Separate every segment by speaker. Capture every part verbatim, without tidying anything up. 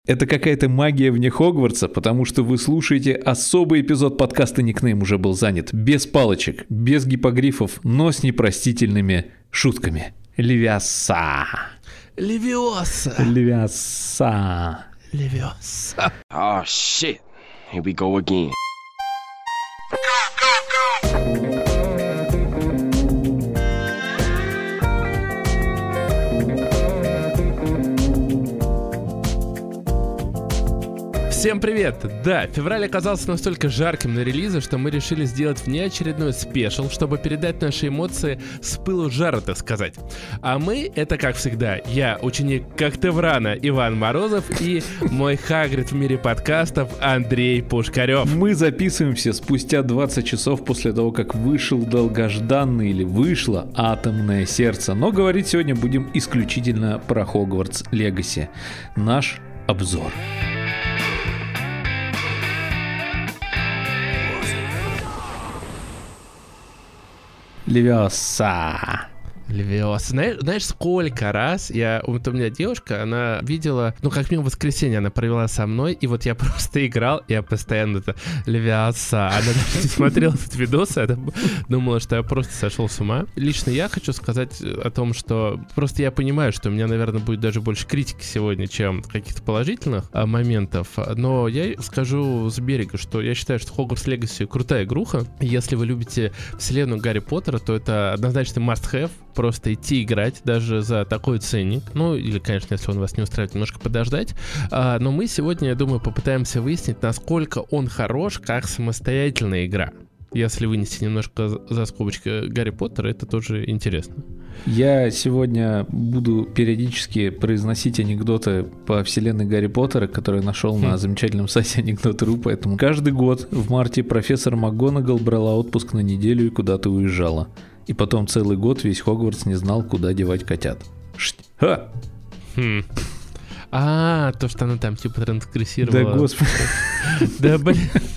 Speaker 1: Это какая-то магия вне Хогвартса, потому что вы слушаете особый эпизод подкаста «Никнейм уже был занят». Без палочек, без гиппогрифов, но с непростительными шутками. Левиаса.
Speaker 2: Левиоса.
Speaker 1: Левиаса.
Speaker 2: Левиоса.
Speaker 3: Oh, shit. Here we go again.
Speaker 2: Всем привет! Да, февраль оказался настолько жарким на релизы, что мы решили сделать внеочередной спешл, чтобы передать наши эмоции с пылу жара, так сказать. А мы, это как всегда, я, ученик Когтеврана Иван Морозов и мой Хагрид в мире подкастов Андрей Пушкарев.
Speaker 1: Мы записываемся спустя двадцать часов после того, как вышел долгожданный или вышло «Атомное сердце». Но говорить сегодня будем исключительно про Хогвартс Легаси. Наш обзор. Левиоса.
Speaker 2: Левиоса. Знаешь, знаешь, сколько раз я... Вот у меня девушка, она видела... Ну, как минимум, в воскресенье она провела со мной, и вот я просто играл, я постоянно это... Левиоса. Она даже не смотрела этот видос, она думала, что я просто сошел с ума. Лично я хочу сказать о том, что... Просто я понимаю, что у меня, наверное, будет даже больше критики сегодня, чем каких-то положительных а, моментов. Но я скажу с берега, что я считаю, что Хогвартс Легаси крутая игруха. Если вы любите вселенную Гарри Поттера, то это однозначно must-have. Просто идти играть даже за такой ценник. Ну, или, конечно, если он вас не устраивает, немножко подождать. А, но мы сегодня, я думаю, попытаемся выяснить, насколько он хорош как самостоятельная игра. Если вынести немножко за скобочки Гарри Поттера, это тоже интересно.
Speaker 1: Я сегодня буду периодически произносить анекдоты по вселенной Гарри Поттера, которые нашел хм. на замечательном сайте анекдоты точка ру, поэтому каждый год в марте профессор МакГонагал брала отпуск на неделю и куда-то уезжала. И потом целый год весь Хогвартс не знал, куда девать котят. Ха!
Speaker 2: Хм. А, то, что она там типа трансгрессировала.
Speaker 1: Да, господи.
Speaker 2: Да, блин.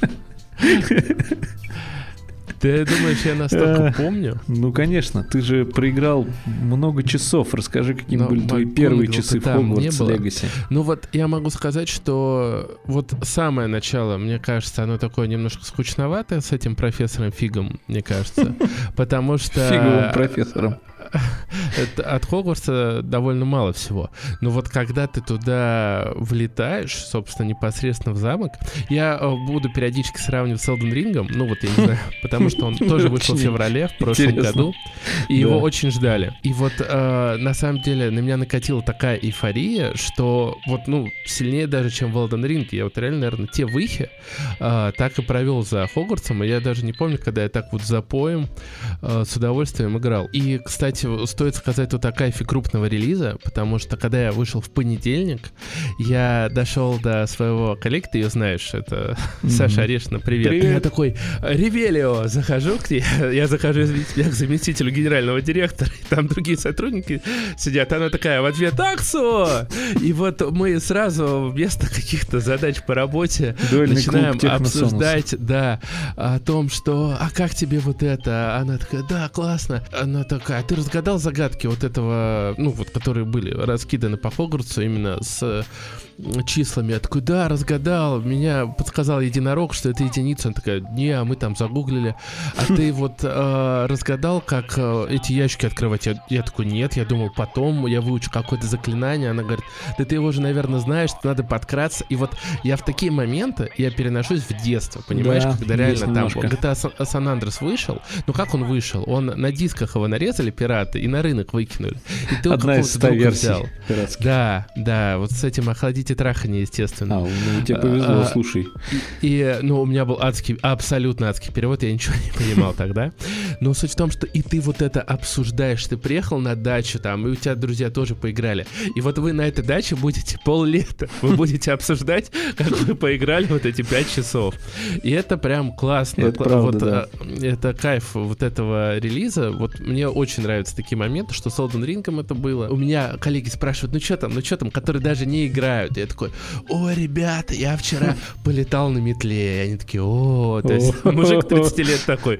Speaker 2: Ты думаешь, я настолько помню?
Speaker 1: Ну, конечно. Ты же проиграл много часов. Расскажи, какими Но были твои первые часы в Хогвартс Легаси.
Speaker 2: Ну вот я могу сказать, что вот самое начало, мне кажется, оно такое немножко скучноватое с этим профессором Фигом, мне кажется. Потому что...
Speaker 1: Фиговым профессором.
Speaker 2: От Хогвартса довольно мало всего. Но вот когда ты туда влетаешь, собственно, непосредственно в замок, я буду периодически сравнивать с Элден Рингом, ну вот я не знаю, потому что он тоже вышел в феврале в прошлом году, и его очень ждали. И вот на самом деле на меня накатила такая эйфория, что вот, ну, сильнее даже, чем в Элден Ринге. Я вот реально, наверное, те выхи так и провел за Хогвартсом, и я даже не помню, когда я так вот запоем с удовольствием играл. И, кстати, стоит сказать вот о кайфе крупного релиза, потому что когда я вышел в понедельник, я дошел до своего коллеги, ты ее знаешь, это mm-hmm. Саша Орешина, привет. привет. Я такой, Ревелио, захожу к ней, я захожу, извините меня, к заместителю генерального директора, и там другие сотрудники сидят, она такая в ответ, Аксо! И вот мы сразу вместо каких-то задач по работе Дуэльный начинаем обсуждать, да, о том, что, а как тебе вот это? Она такая, да, классно. Она такая, ты разгадал загадки вот этого, ну вот, которые были раскиданы по Хогвартсу именно с числами. Я такой, да, разгадал. Меня подсказал единорог, что это единица. Она такая, не, а мы там загуглили. А ты вот э, разгадал, как э, эти ящики открывать? Я, я такой, нет, я думал, потом я выучу какое-то заклинание. Она говорит, да ты его же, наверное, знаешь, надо подкраться. И вот я в такие моменты, я переношусь в детство, понимаешь, да, когда реально там джи ти эй San Andreas вышел. Ну как он вышел? Он на дисках его нарезали, пираты, и на рынок выкинули. И ты
Speaker 1: одна из ста версий
Speaker 2: взял. Да, да, вот с этим охладите трахание, естественно.
Speaker 1: А, ну тебе повезло, а, слушай.
Speaker 2: И, и, ну, у меня был адский, абсолютно адский перевод, я ничего не понимал тогда. Но суть в том, что и ты вот это обсуждаешь, ты приехал на дачу там, и у тебя друзья тоже поиграли. И вот вы на этой даче будете пол-лета, вы будете обсуждать, как вы поиграли вот эти пять часов. И это прям классно.
Speaker 1: Это правда, да.
Speaker 2: Это кайф вот этого релиза. Вот мне очень нравятся такие моменты, что с Elden Ring'ом это было. У меня коллеги спрашивают, ну что там, ну что там, которые даже не играют. Я такой, о, ребята, я вчера полетал на метле. И они такие, о, то есть мужик тридцать лет такой,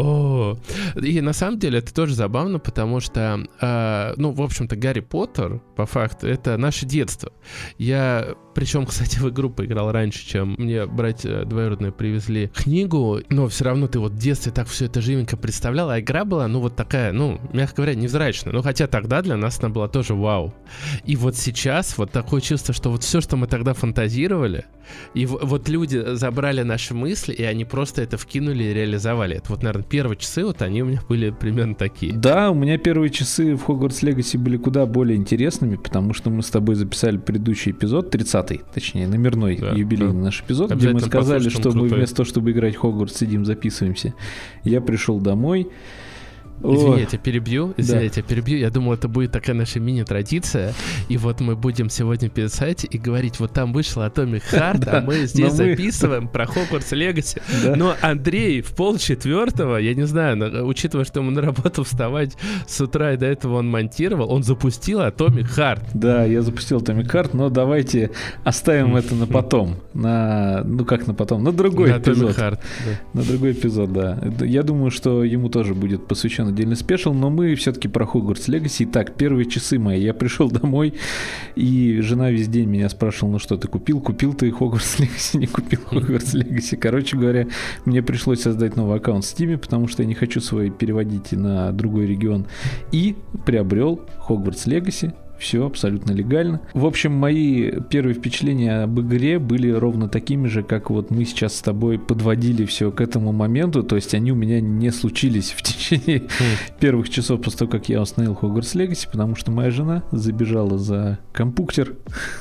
Speaker 2: о. И на самом деле это тоже забавно, потому что, э, ну, в общем-то, Гарри Поттер, по факту, это наше детство. Я Причем, кстати, в игру поиграл раньше, чем мне братья двоюродные привезли книгу, но все равно ты вот в детстве так все это живенько представлял, а игра была, ну, вот такая, ну, мягко говоря, невзрачная. Ну, хотя тогда для нас она была тоже вау. И вот сейчас вот такое чувство, что вот все, что мы тогда фантазировали, и в- вот люди забрали наши мысли, и они просто это вкинули и реализовали. Это вот, наверное, первые часы, вот они у меня были примерно такие.
Speaker 1: Да, у меня первые часы в Hogwarts Legacy были куда более интересными, потому что мы с тобой записали предыдущий эпизод, тридцатый, точнее, номерной
Speaker 2: Да,
Speaker 1: юбилейный
Speaker 2: да.
Speaker 1: наш эпизод, где мы
Speaker 2: Обязательно
Speaker 1: сказали,
Speaker 2: послушаем,
Speaker 1: что мы
Speaker 2: крутой.
Speaker 1: вместо того, чтобы играть в Хогвартс, сидим, записываемся. Я пришел домой.
Speaker 2: Извини,
Speaker 1: О,
Speaker 2: я тебя перебью, извини,
Speaker 1: Да.
Speaker 2: я тебя перебью. Я думал, это будет такая наша мини-традиция, и вот мы будем сегодня писать и говорить, вот там вышел Atomic Heart,
Speaker 1: Да,
Speaker 2: а мы здесь
Speaker 1: но мы-
Speaker 2: записываем про Hogwarts Legacy.
Speaker 1: да.
Speaker 2: Но Андрей в полчетвертого, я не знаю, на- учитывая, что ему на работу вставать с утра, и до этого он монтировал, он запустил Atomic Heart.
Speaker 1: Да, я запустил Atomic Heart, но давайте оставим это на потом. На, ну как на потом, на другой
Speaker 2: Да, Atomic
Speaker 1: эпизод.
Speaker 2: Heart, да.
Speaker 1: На другой эпизод, да. Это- Я думаю, что ему тоже будет посвящен отдельный спешл, но мы все-таки про Hogwarts Legacy. Итак, первые часы мои. Я пришел домой, и жена весь день меня спрашивала, ну что ты купил? Купил ты Hogwarts Legacy? Не купил Hogwarts Legacy? Короче говоря, мне пришлось создать новый аккаунт в Steam, потому что я не хочу свой переводить на другой регион. И приобрел Hogwarts Legacy. Все абсолютно легально. В общем, мои первые впечатления об игре были ровно такими же, как вот мы сейчас с тобой подводили все к этому моменту. То есть они у меня не случились в течение первых часов после того, как я установил Hogwarts Legacy, потому что моя жена забежала за компьютер.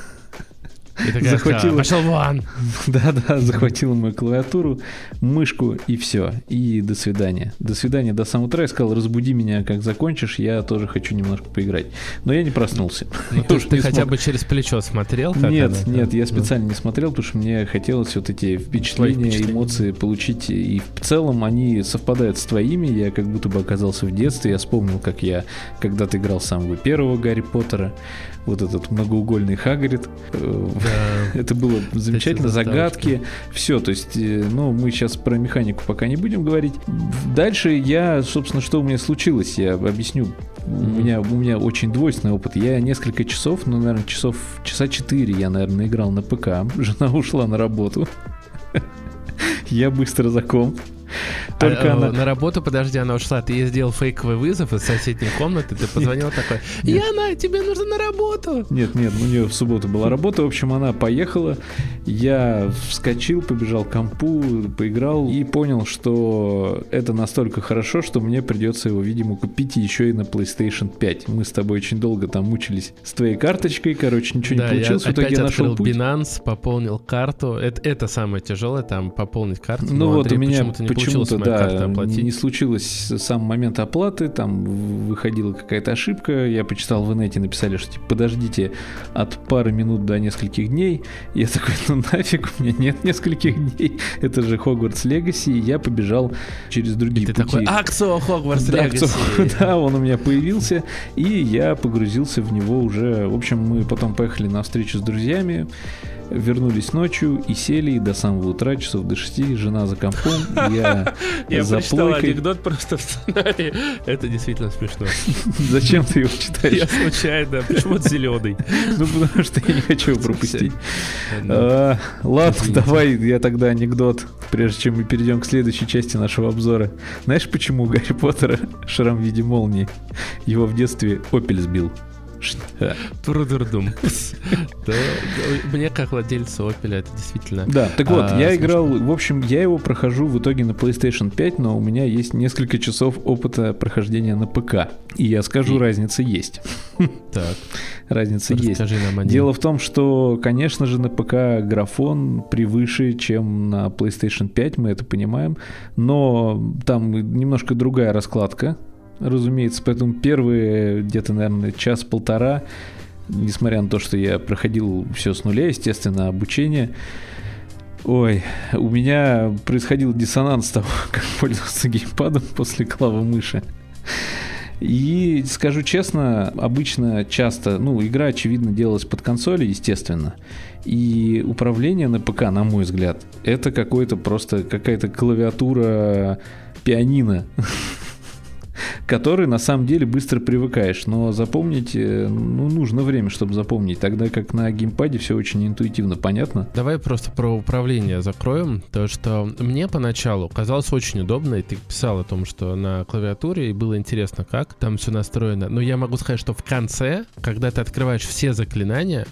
Speaker 2: И такая,
Speaker 1: Захватила.
Speaker 2: «Да, пошел вон!»
Speaker 1: Да-да, захватила мою клавиатуру, мышку и все. И до свидания. До свидания до самого утра. Я сказал, разбуди меня, как закончишь, я тоже хочу немножко поиграть. Но я не проснулся.
Speaker 2: Ну,
Speaker 1: Я
Speaker 2: ты,
Speaker 1: уж
Speaker 2: ты
Speaker 1: не
Speaker 2: хотя
Speaker 1: смог.
Speaker 2: бы через плечо смотрел? Как
Speaker 1: Нет,
Speaker 2: она?
Speaker 1: нет, я
Speaker 2: Ну.
Speaker 1: специально не смотрел, потому что мне хотелось вот эти впечатления,
Speaker 2: впечатления.
Speaker 1: эмоции получить. И в целом они совпадают с твоими. Я как будто бы оказался в детстве. Я вспомнил, как я когда-то играл с самого первого Гарри Поттера. Вот этот многоугольный Хагрид. Э,
Speaker 2: Да.
Speaker 1: Это было замечательно,
Speaker 2: Кстати,
Speaker 1: загадки, все, то есть, э, ну, мы сейчас про механику пока не будем говорить. Дальше я, собственно, что у меня случилось, я объясню. У
Speaker 2: Мгм.
Speaker 1: меня, у меня очень двойственный опыт. Я несколько часов, ну, наверное, часов, часа четыре я, наверное, играл на ПК. Жена ушла на работу. Я быстро за комп. Только
Speaker 2: А,
Speaker 1: она...
Speaker 2: э, На работу, подожди, она ушла. Ты ей сделал фейковый вызов из соседней комнаты, ты позвонил такой: «Яна, тебе нужно на работу!»
Speaker 1: Нет, нет, у нее в субботу была работа. В общем, она поехала. Я вскочил, побежал к компу, поиграл и понял, что это настолько хорошо, что мне придется его, видимо, купить еще и на PlayStation пять. Мы с тобой очень долго там мучились с твоей карточкой. Короче, ничего
Speaker 2: Да,
Speaker 1: не
Speaker 2: я
Speaker 1: получилось. В итоге
Speaker 2: опять
Speaker 1: я нашел
Speaker 2: открыл
Speaker 1: путь.
Speaker 2: Binance, пополнил карту. Это, это самое тяжелое, там, пополнить карту.
Speaker 1: Ну
Speaker 2: но
Speaker 1: вот
Speaker 2: Андрей
Speaker 1: у меня
Speaker 2: почему-то не получилось
Speaker 1: почему-то,
Speaker 2: мою карту
Speaker 1: да,
Speaker 2: оплатить.
Speaker 1: не случилось с самого момента оплаты, там выходила какая-то ошибка, я почитал в инете, написали, что типа, подождите от пары минут до нескольких дней. Я такой, ну нафиг, у меня нет нескольких дней, это же Hogwarts Legacy, и я побежал через другие
Speaker 2: Ты
Speaker 1: пути.
Speaker 2: такой: «Аксо, Хогвартс
Speaker 1: Да,
Speaker 2: Legacy!»
Speaker 1: да, он у меня появился, и я погрузился в него уже. В общем, мы потом поехали на встречу с друзьями, вернулись ночью и сели и до самого утра, часов до шести, жена за компом, я
Speaker 2: Я
Speaker 1: за
Speaker 2: прочитал
Speaker 1: плойкой.
Speaker 2: анекдот просто в сценарии. Это действительно смешно.
Speaker 1: Зачем ты его
Speaker 2: Я
Speaker 1: читаешь?
Speaker 2: случайно. Почему-то зеленый.
Speaker 1: Ну, потому что я не хочу его пропустить.
Speaker 2: Ладно.
Speaker 1: А, ладно,
Speaker 2: Извините.
Speaker 1: давай я тогда анекдот, прежде чем мы перейдем к следующей части нашего обзора. Знаешь, почему у Гарри Поттера шрам в виде молнии? Его в детстве Опель сбил. Ш-
Speaker 2: Турдурдум. Да, да, Мне, как владельцу Опеля, это действительно...
Speaker 1: Да, так вот,
Speaker 2: А,
Speaker 1: я
Speaker 2: смешно.
Speaker 1: играл, в общем, я его прохожу в итоге на PlayStation пять, но у меня есть несколько часов опыта прохождения на ПК. И я скажу,
Speaker 2: И-
Speaker 1: разница есть.
Speaker 2: Так,
Speaker 1: Разница есть.
Speaker 2: расскажи нам о ней.
Speaker 1: Дело в том, что, конечно же, на ПК графон превыше, чем на PlayStation пять, мы это понимаем, но там немножко другая раскладка, разумеется, поэтому первые где-то, наверное, час-полтора, несмотря на то, что я проходил все с нуля, естественно, обучение, ой, у меня происходил диссонанс того, как пользоваться геймпадом после клавы мыши. И скажу честно, обычно часто, ну, игра, очевидно, делалась под консоли, естественно. И управление на ПК, на мой взгляд, это какой-то просто какая-то клавиатура пианино, который на самом деле быстро привыкаешь, но запомнить, ну, нужно время, чтобы запомнить, тогда как на геймпаде все очень интуитивно понятно.
Speaker 2: Давай просто про управление закроем, то, что мне поначалу казалось очень удобно, и ты писал о том, что на клавиатуре, и было интересно, как там все настроено, но я могу сказать, что в конце, когда ты открываешь все заклинания,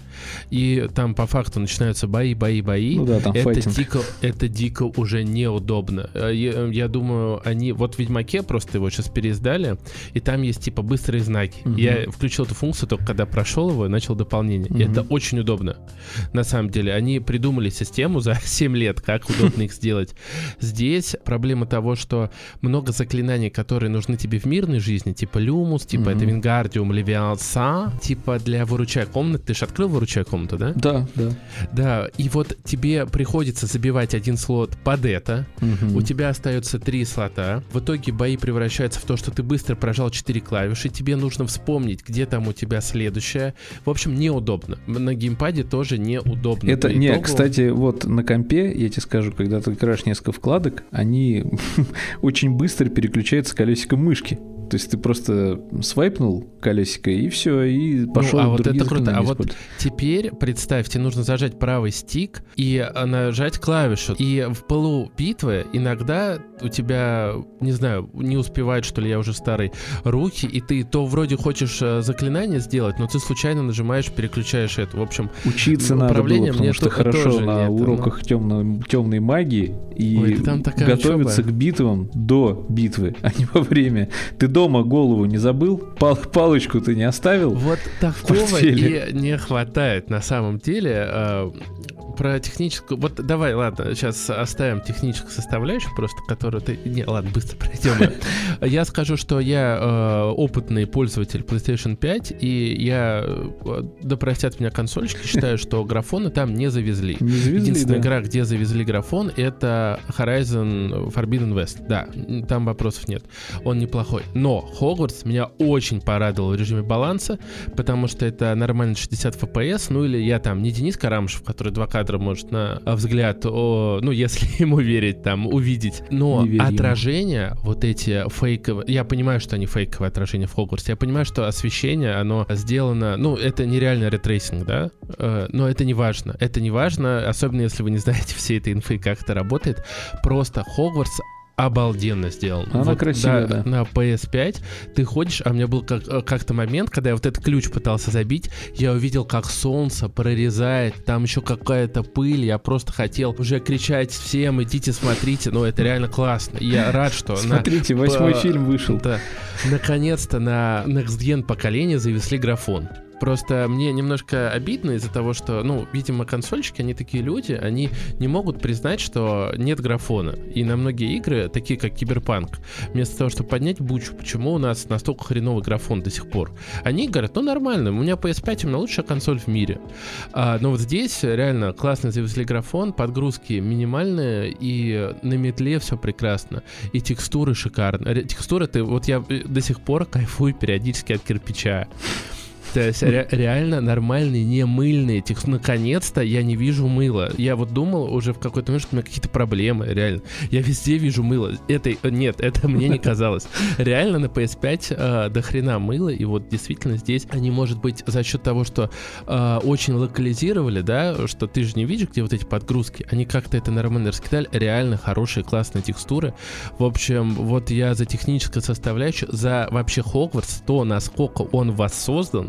Speaker 2: и там по факту начинаются бои, бои, бои,
Speaker 1: ну да, там
Speaker 2: это, дико, это дико уже неудобно. Я, я думаю, они, вот в Ведьмаке просто его сейчас переиздали, и там есть типа быстрые знаки. Угу. Я включил эту функцию только когда прошел его и начал дополнение. Угу. И это очень удобно. На самом деле, они придумали систему за семь лет, как удобно их сделать. Здесь проблема того, что много заклинаний, которые нужны тебе в мирной жизни, типа Люмус, типа это Вингардиум, Левиаса, типа для выручай комнаты. Ты же открыл выручай комнату, да?
Speaker 1: Да, да.
Speaker 2: Да, и вот тебе приходится забивать один слот под это, угу. у тебя остается три слота, в итоге бои превращаются в то, что ты быстро прожал четыре клавиши, тебе нужно вспомнить, где там у тебя следующее. В общем, неудобно. На геймпаде тоже неудобно.
Speaker 1: Это не, итогу... кстати, вот на компе, я тебе скажу, когда ты открываешь несколько вкладок, они очень быстро переключаются колесиком мышки. То есть ты просто свайпнул колесико и все, и пошел.
Speaker 2: Ну, а вот это круто. А вот теперь представь, тебе нужно зажать правый стик и нажать клавишу. И в пылу битвы иногда у тебя, не знаю, не успевают, что ли, я уже старый, руки, и ты то вроде хочешь заклинание сделать, но ты случайно нажимаешь, переключаешь это. В общем,
Speaker 1: учиться надо было, потому что хорошо на уроках но... темно, темной магии и Ой, готовиться учеба. К битвам до битвы, а не во время. Ты дома голову не забыл? Пал- палочку ты не оставил?
Speaker 2: Вот такого и не хватает на самом деле. Э, про техническую... Вот давай, ладно, сейчас оставим техническую составляющую, просто которую ты... Не, ладно, быстро пройдем. Я скажу, что я э, опытный пользователь PlayStation пять, и я, э, да простят меня консольщики, считаю, что графоны там не завезли.
Speaker 1: Не завезли,
Speaker 2: Единственная
Speaker 1: да.
Speaker 2: игра, где завезли графон, это Horizon Forbidden West. Да, там вопросов нет. Он неплохой. Но Хогвартс меня очень порадовал в режиме баланса, потому что это нормально шестьдесят эф пи эс, ну или я там не Денис Карамышев, который два кадра может на взгляд, о, ну если ему верить, там увидеть, но отражения, вот эти фейковые, я понимаю, что они фейковые отражения в Хогвартсе, я понимаю, что освещение, оно сделано, ну это нереально ретрейсинг, да, но это не важно, это не важно, особенно если вы не знаете всей этой инфы, как это работает, просто Хогвартс обалденно сделан.
Speaker 1: Она
Speaker 2: вот,
Speaker 1: красивая,
Speaker 2: да,
Speaker 1: да.
Speaker 2: На пи эс пять ты ходишь, а у меня был как, как-то момент, когда я вот этот ключ пытался забить, я увидел, как солнце прорезает, там еще какая-то пыль, я просто хотел уже кричать всем, идите смотрите, но это реально классно. Я рад, что...
Speaker 1: Смотрите, на, восьмой по, фильм вышел.
Speaker 2: Да, наконец-то на Next Gen поколение завезли графон. Просто мне немножко обидно из-за того, что, ну, видимо, консольщики, они такие люди, они не могут признать, что нет графона. И на многие игры, такие как Киберпанк, вместо того, чтобы поднять бучу, почему у нас настолько хреновый графон до сих пор, они говорят, ну, нормально, у меня пи эс пять именно лучшая консоль в мире. А, но вот здесь реально классно завезли графон, подгрузки минимальные, и на метле все прекрасно. И текстуры шикарные. Текстуры, ты, вот я до сих пор кайфую периодически от кирпича. То есть ре- реально нормальные, не мыльные текстуры. Наконец-то я не вижу мыла. Я вот думал уже в какой-то момент, что у меня какие-то проблемы, реально. Я везде вижу мыло. Это, нет, это мне не казалось. Реально на пи эс пять э, до хрена мыла, и вот действительно здесь они, может быть, за счет того, что э, очень локализировали, да, что ты же не видишь, где вот эти подгрузки, они как-то это нормально раскидали. Реально хорошие, классные текстуры. В общем, вот я за техническую составляющую, за вообще Хогвартс, то, насколько он воссоздан,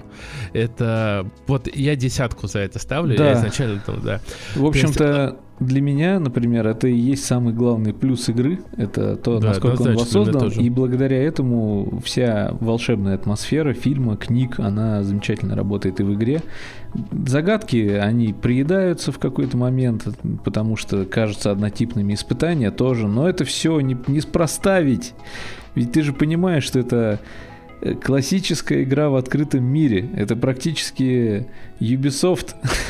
Speaker 2: это... Вот я десятку за это ставлю,
Speaker 1: да.
Speaker 2: Я изначально думал, да.
Speaker 1: В общем-то, для меня, например, это и есть самый главный плюс игры, это то, да, насколько он воссоздан, и благодаря этому вся волшебная атмосфера фильма, книг, она замечательно работает и в игре. Загадки, они приедаются в какой-то момент, потому что кажутся однотипными, испытания тоже, но это все не, неспроста ведь. Ведь ты же понимаешь, что это... классическая игра в открытом мире. Это практически Ubisoft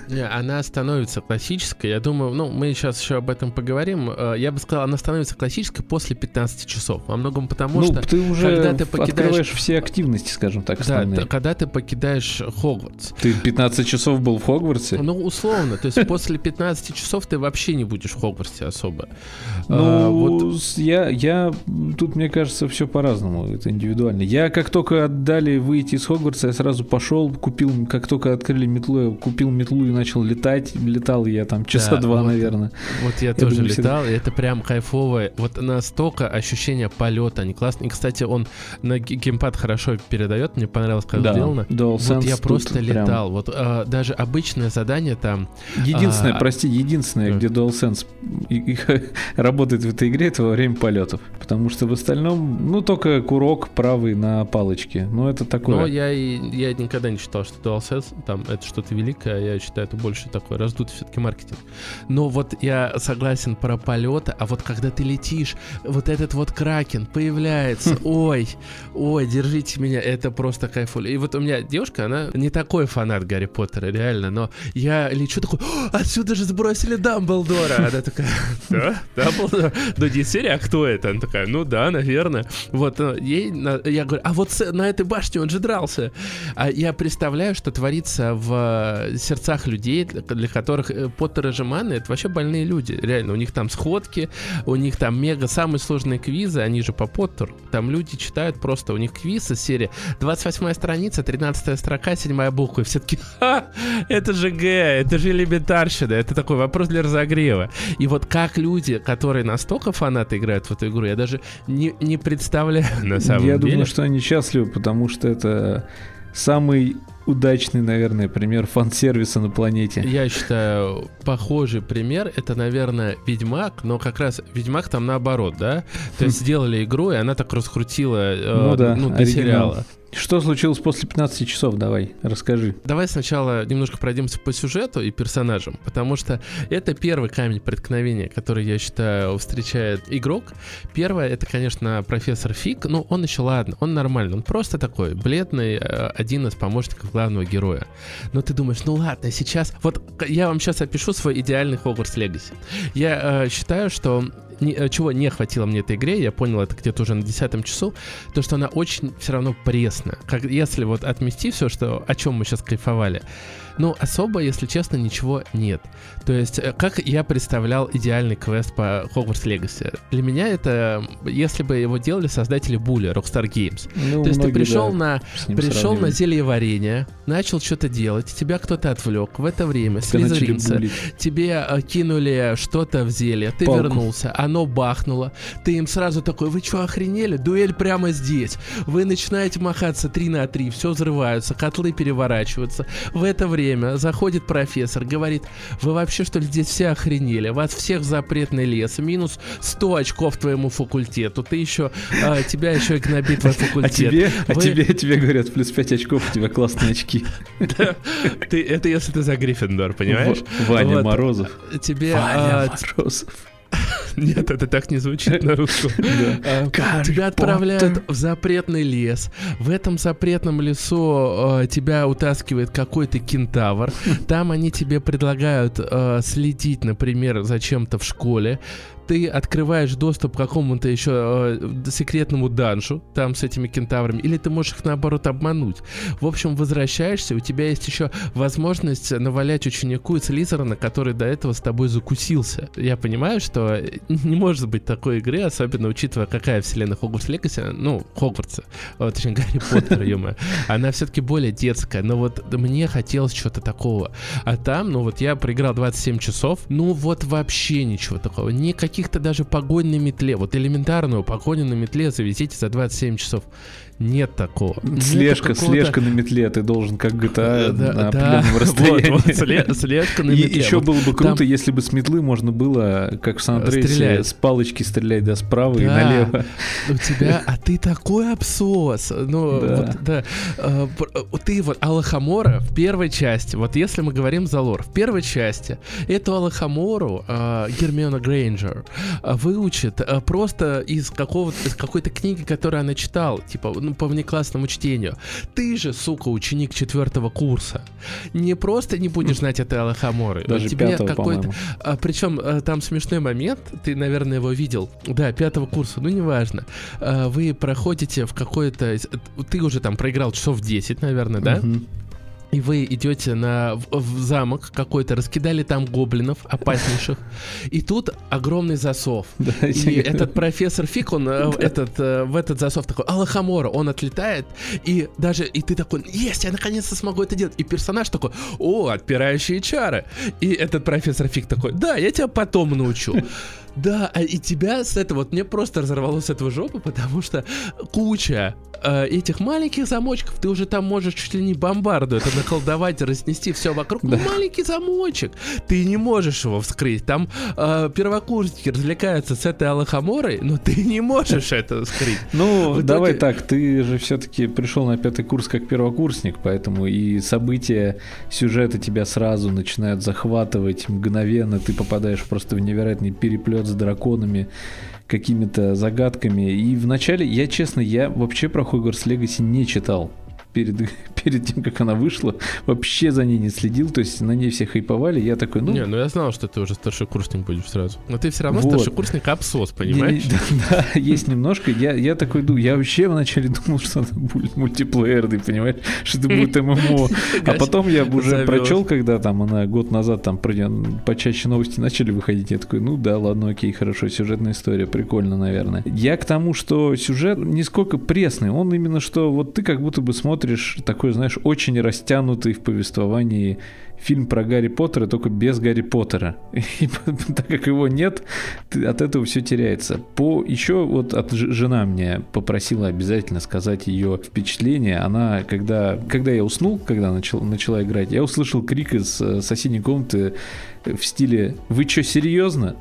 Speaker 2: Не, она становится классической. Я думаю, ну, мы сейчас еще об этом поговорим. Я бы сказал, она становится классической после пятнадцати часов. Во многом потому,
Speaker 1: ну,
Speaker 2: что
Speaker 1: ты уже
Speaker 2: когда ты покидаешь...
Speaker 1: открываешь все активности, скажем так, основные.
Speaker 2: Да, когда ты покидаешь Хогвартс.
Speaker 1: Ты пятнадцать часов был в Хогвартсе?
Speaker 2: Ну, условно. То есть после пятнадцати часов ты вообще не будешь в Хогвартсе особо.
Speaker 1: Ну,
Speaker 2: а, вот...
Speaker 1: я, я... Тут, мне кажется, все по-разному. Это индивидуально. Я как только отдали выйти из Хогвартса, я сразу пошел, купил, как только открыли метлу, я купил метлу и начал летать. Летал я там часа да, два,
Speaker 2: вот,
Speaker 1: наверное.
Speaker 2: Вот я, я тоже думаю, летал, всегда... и это прям кайфовое. Вот настолько ощущение полета, они классные. И, кстати, он на геймпад хорошо передает, мне понравилось, как
Speaker 1: да,
Speaker 2: сделано.
Speaker 1: DualSense
Speaker 2: вот я просто летал.
Speaker 1: Прям...
Speaker 2: Вот а, даже обычное задание там...
Speaker 1: Единственное,
Speaker 2: а...
Speaker 1: прости, единственное, а... где DualSense и, и, работает в этой игре, это во время полетов. Потому что в остальном, ну, только курок правый на палочке. Ну, это такое...
Speaker 2: Но я, я никогда не считал, что DualSense там это что-то великое. Я считаю, это больше такой раздутый все-таки маркетинг. Но вот я согласен про полеты, а вот когда ты летишь, вот этот вот кракен появляется, ой, ой, держите меня, это просто кайфуля. И вот у меня девушка, она не такой фанат Гарри Поттера, реально, но я лечу такой, отсюда же сбросили Дамблдора. Она такая, да, Дамблдор? Ну, не серия, а кто это? Она такая, ну да, наверное. Вот, ей, я говорю, а вот на этой башне он же дрался. А я представляю, что творится в сердцах людей, для которых Поттер и Жеманы — это вообще больные люди. Реально, у них там сходки, у них там мега самые сложные квизы, они же по Поттеру. Там люди читают просто, у них квиз из серии двадцать восьмая страница, тринадцатая строка, седьмая буква. И все таки, ха, это же Г, это же элементарщина, это такой вопрос для разогрева. И вот как люди, которые настолько фанаты играют в эту игру, я даже не, не представляю на самом
Speaker 1: я
Speaker 2: деле.
Speaker 1: Я думаю, что они счастливы, потому что это самый удачный, наверное, пример фан-сервиса на планете.
Speaker 2: Я считаю, похожий пример — это, наверное, Ведьмак, но как раз Ведьмак там наоборот, да? То есть сделали игру, и она так раскрутила э,
Speaker 1: ну, да,
Speaker 2: ну, для сериала.
Speaker 1: Что случилось после пятнадцати часов? Давай, расскажи.
Speaker 2: Давай сначала немножко пройдемся по сюжету и персонажам, потому что это первый камень преткновения, который, я считаю, встречает игрок. Первое — это, конечно, профессор Фиг. Ну, он еще ладно, он нормальный, он просто такой бледный, один из помощников главного героя. Но ты думаешь, ну ладно, сейчас... Вот я вам сейчас опишу свой идеальный Хогвартс Легаси. Я э, считаю, что... Не, чего не хватило мне этой игре, я понял это где-то уже на десятом часу, то, что она очень все равно пресна. Как, если вот отмести все, что, о чем мы сейчас кайфовали, ну, особо, если честно, ничего нет. То есть, как я представлял идеальный квест по Hogwarts Legacy? Для меня это, если бы его делали создатели Буля, Rockstar Games.
Speaker 1: Ну,
Speaker 2: то есть ты пришел,
Speaker 1: да,
Speaker 2: на, пришел на зельеварение, начал что-то делать, тебя кто-то отвлек, в это время слизеринцы, тебе кинули что-то в зелье, ты
Speaker 1: Палку.
Speaker 2: вернулся, оно бахнуло, ты им сразу такой, вы что, охренели? Дуэль прямо здесь. Вы начинаете махаться три на три, все взрываются, котлы переворачиваются. В это время заходит профессор, говорит, вы вообще что ли здесь все охренели? Вас всех в запретный лес, минус сто очков твоему факультету, ты еще, а, тебя еще и гнобит твой факультет.
Speaker 1: А тебе,
Speaker 2: вы...
Speaker 1: а тебе, тебе говорят, плюс пять очков, у тебя классные очки.
Speaker 2: Это если ты за Гриффиндор, понимаешь?
Speaker 1: Ваня Морозов.
Speaker 2: Ваня
Speaker 1: Морозов.
Speaker 2: Нет, это так не звучит на русском. Тебя отправляют в запретный лес. В этом запретном лесу тебя утаскивает какой-то кентавр. Там они тебе предлагают следить, например, за чем-то в школе. Ты открываешь доступ к какому-то еще э, секретному данжу, там с этими кентаврами, или ты можешь их наоборот обмануть. В общем, возвращаешься, у тебя есть еще возможность навалять ученику из Слизерина, который до этого с тобой закусился. Я понимаю, что не может быть такой игры, особенно учитывая, какая вселенная Хогвартс Легаси, ну, Хогвартса, точнее, Гарри Поттера, ё-моё, она все-таки более детская, но вот мне хотелось чего-то такого. А там, ну вот я проиграл двадцать семь часов, ну вот вообще ничего такого, никаких каких-то даже погонь на метле, вот элементарную погоню на метле завезите за двадцать семь часов. Нет такого.
Speaker 1: Слежка, Нет слежка на метле, ты должен как джи ти эй да, на
Speaker 2: да,
Speaker 1: определенном расстоянии.
Speaker 2: Вот, вот, слежка на
Speaker 1: И
Speaker 2: метле.
Speaker 1: еще
Speaker 2: вот
Speaker 1: было бы круто,
Speaker 2: там...
Speaker 1: если бы с метлы можно было, как в Сан-Андреасе,
Speaker 2: стреляет.
Speaker 1: С палочки стрелять, да, справа
Speaker 2: да.
Speaker 1: и налево.
Speaker 2: У тебя, а ты такой абсос. Ну,
Speaker 1: да.
Speaker 2: вот, да. А, ты вот Алахамора в первой части, вот если мы говорим за лор, в первой части эту Алахамору а, Гермиона Грейнджер а, выучит а, просто из, какого-то, из какой-то книги, которую она читала, типа, ну, по внеклассному чтению. Ты же, сука, ученик четвертого курса. Не просто не будешь знать этой Алахаморы.
Speaker 1: Даже
Speaker 2: тебе
Speaker 1: пятого,
Speaker 2: какой-то, а, причем а, там смешной момент, ты, наверное, его видел. Да, пятого курса, ну неважно. А, вы проходите в какое-то... Ты уже там проиграл часов десять, наверное, да?
Speaker 1: Угу.
Speaker 2: И вы идете на, в, в замок какой-то, раскидали там гоблинов опаснейших, и тут огромный засов.
Speaker 1: Да,
Speaker 2: и этот профессор Фиг, он да. этот, в этот засов такой, Алахамора, он отлетает, и даже, и ты такой, есть, я наконец-то смогу это делать. И персонаж такой, о, отпирающие чары. И этот профессор Фиг такой, да, я тебя потом научу. Да, и тебя с этого, вот мне просто разорвало с этого жопу, потому что куча э, этих маленьких замочков, ты уже там можешь чуть ли не бомбарду это наколдовать, разнести все вокруг. Да. Маленький замочек, ты не можешь его вскрыть. Там э, первокурсники развлекаются с этой Алахаморой, но ты не можешь это вскрыть.
Speaker 1: Ну, давай так, ты же все-таки пришел на пятый курс как первокурсник, поэтому и события сюжета тебя сразу начинают захватывать мгновенно, ты попадаешь просто в невероятный переплет с драконами, какими-то загадками. И вначале, я честно, я вообще про Хогвартс Легаси не читал. Перед, перед тем, как она вышла, вообще за ней не следил, то есть на ней все хайповали, я такой, ну...
Speaker 2: Не, ну я знал, что ты уже старшекурсник будешь сразу. Но ты все равно
Speaker 1: вот.
Speaker 2: Старшекурсник абсос, понимаешь?
Speaker 1: Не, не, да, да, есть немножко. Я, я такой думаю, я вообще вначале думал, что это будет мультиплеерный, понимаешь, что это будет ММО. А потом я уже прочел, когда там она год назад там почаще новости начали выходить, я такой, ну да, ладно, окей, хорошо, сюжетная история, прикольно, наверное. Я к тому, что сюжет нисколько пресный, он именно что, вот ты как будто бы смотришь такой, знаешь, очень растянутый в повествовании фильм про Гарри Поттера, только без Гарри Поттера. И так как его нет, от этого все теряется. По еще вот от жена меня попросила обязательно сказать ее впечатление. Она, когда, когда я уснул, когда начал, начала играть, я услышал крик из соседней комнаты в стиле «Вы что, серьезно?»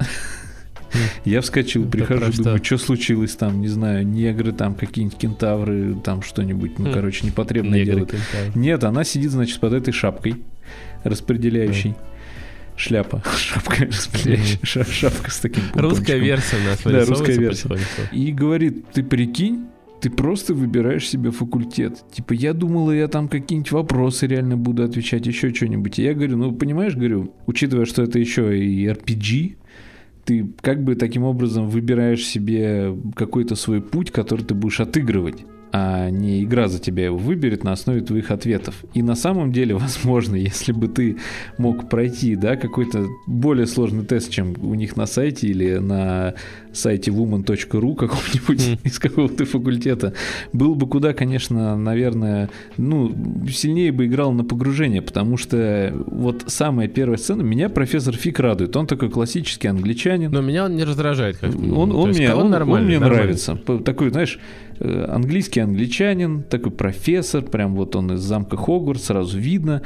Speaker 1: Я вскочил, это прихожу, думаю, что случилось там, не знаю, негры там, какие-нибудь кентавры, там что-нибудь, ну, короче, непотребное делать. Нет, она сидит, значит, под этой шапкой распределяющей. Шляпа, шапка распределяющая, mm-hmm. шапка с таким помпончиком.
Speaker 2: Русская версия у нас
Speaker 1: да, русская версия. И говорит, ты прикинь, ты просто выбираешь себе факультет. Типа, я думала, я там какие-нибудь вопросы реально буду отвечать, еще что-нибудь. И я говорю, ну, понимаешь, говорю, учитывая, что это еще и ар пи джи, ты как бы таким образом выбираешь себе какой-то свой путь, который ты будешь отыгрывать, а не игра за тебя его выберет на основе твоих ответов. И на самом деле, возможно, если бы ты мог пройти, да, какой-то более сложный тест, чем у них на сайте или на сайте woman точка ру какого-нибудь mm. из какого-то факультета, был бы куда, конечно, наверное, ну, сильнее бы играл на погружение, потому что вот самая первая сцена, меня профессор Фиг радует. Он такой классический англичанин.
Speaker 2: Но меня он не раздражает. Как...
Speaker 1: Он, он, мне, он, он мне нравится. Такой, знаешь, английский англичанин, такой профессор, прям вот он из замка Хогвартс, сразу видно.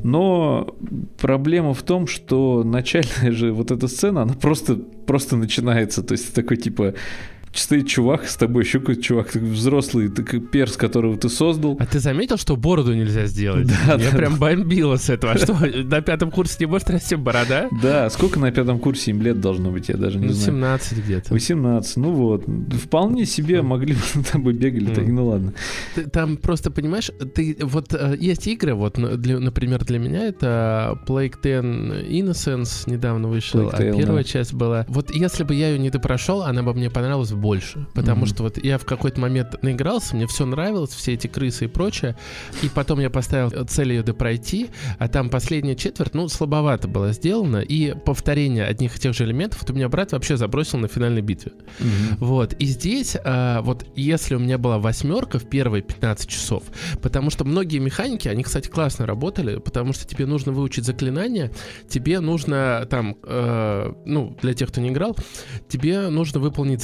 Speaker 1: Но проблема в том, что начальная же вот эта сцена, она просто, просто начинается. То есть такой типа... Стоит чувак с тобой, еще какой-то чувак, такой взрослый, такой перс, которого ты создал.
Speaker 2: А ты заметил, что бороду нельзя сделать?
Speaker 1: Да,
Speaker 2: Меня
Speaker 1: да,
Speaker 2: прям
Speaker 1: да.
Speaker 2: бомбило с этого. А что, на пятом курсе не может расти борода?
Speaker 1: Да, сколько на пятом курсе им лет должно быть, я даже не
Speaker 2: ну,
Speaker 1: знаю.
Speaker 2: семнадцать где-то.
Speaker 1: восемнадцать, ну вот. Вполне себе могли бы там бы бегали, так, ну ладно.
Speaker 2: Ты, там просто, понимаешь, ты вот есть игры, вот, для, например, для меня это Plague десять Innocence недавно вышел, а первая да. часть была... Вот если бы я ее не допрошел, она бы мне понравилась больше, потому mm-hmm. что вот я в какой-то момент наигрался, мне все нравилось, все эти крысы и прочее, и потом я поставил цель ее допройти, а там последняя четверть, ну, слабовато было сделано, и повторение одних и тех же элементов, вот у меня брат вообще забросил на финальной битве. Mm-hmm. Вот, и здесь, а, вот если у меня была восьмерка в первые пятнадцать часов, потому что многие механики, они, кстати, классно работали, потому что тебе нужно выучить заклинания, тебе нужно там, э, ну, для тех, кто не играл, тебе нужно выполнить задание.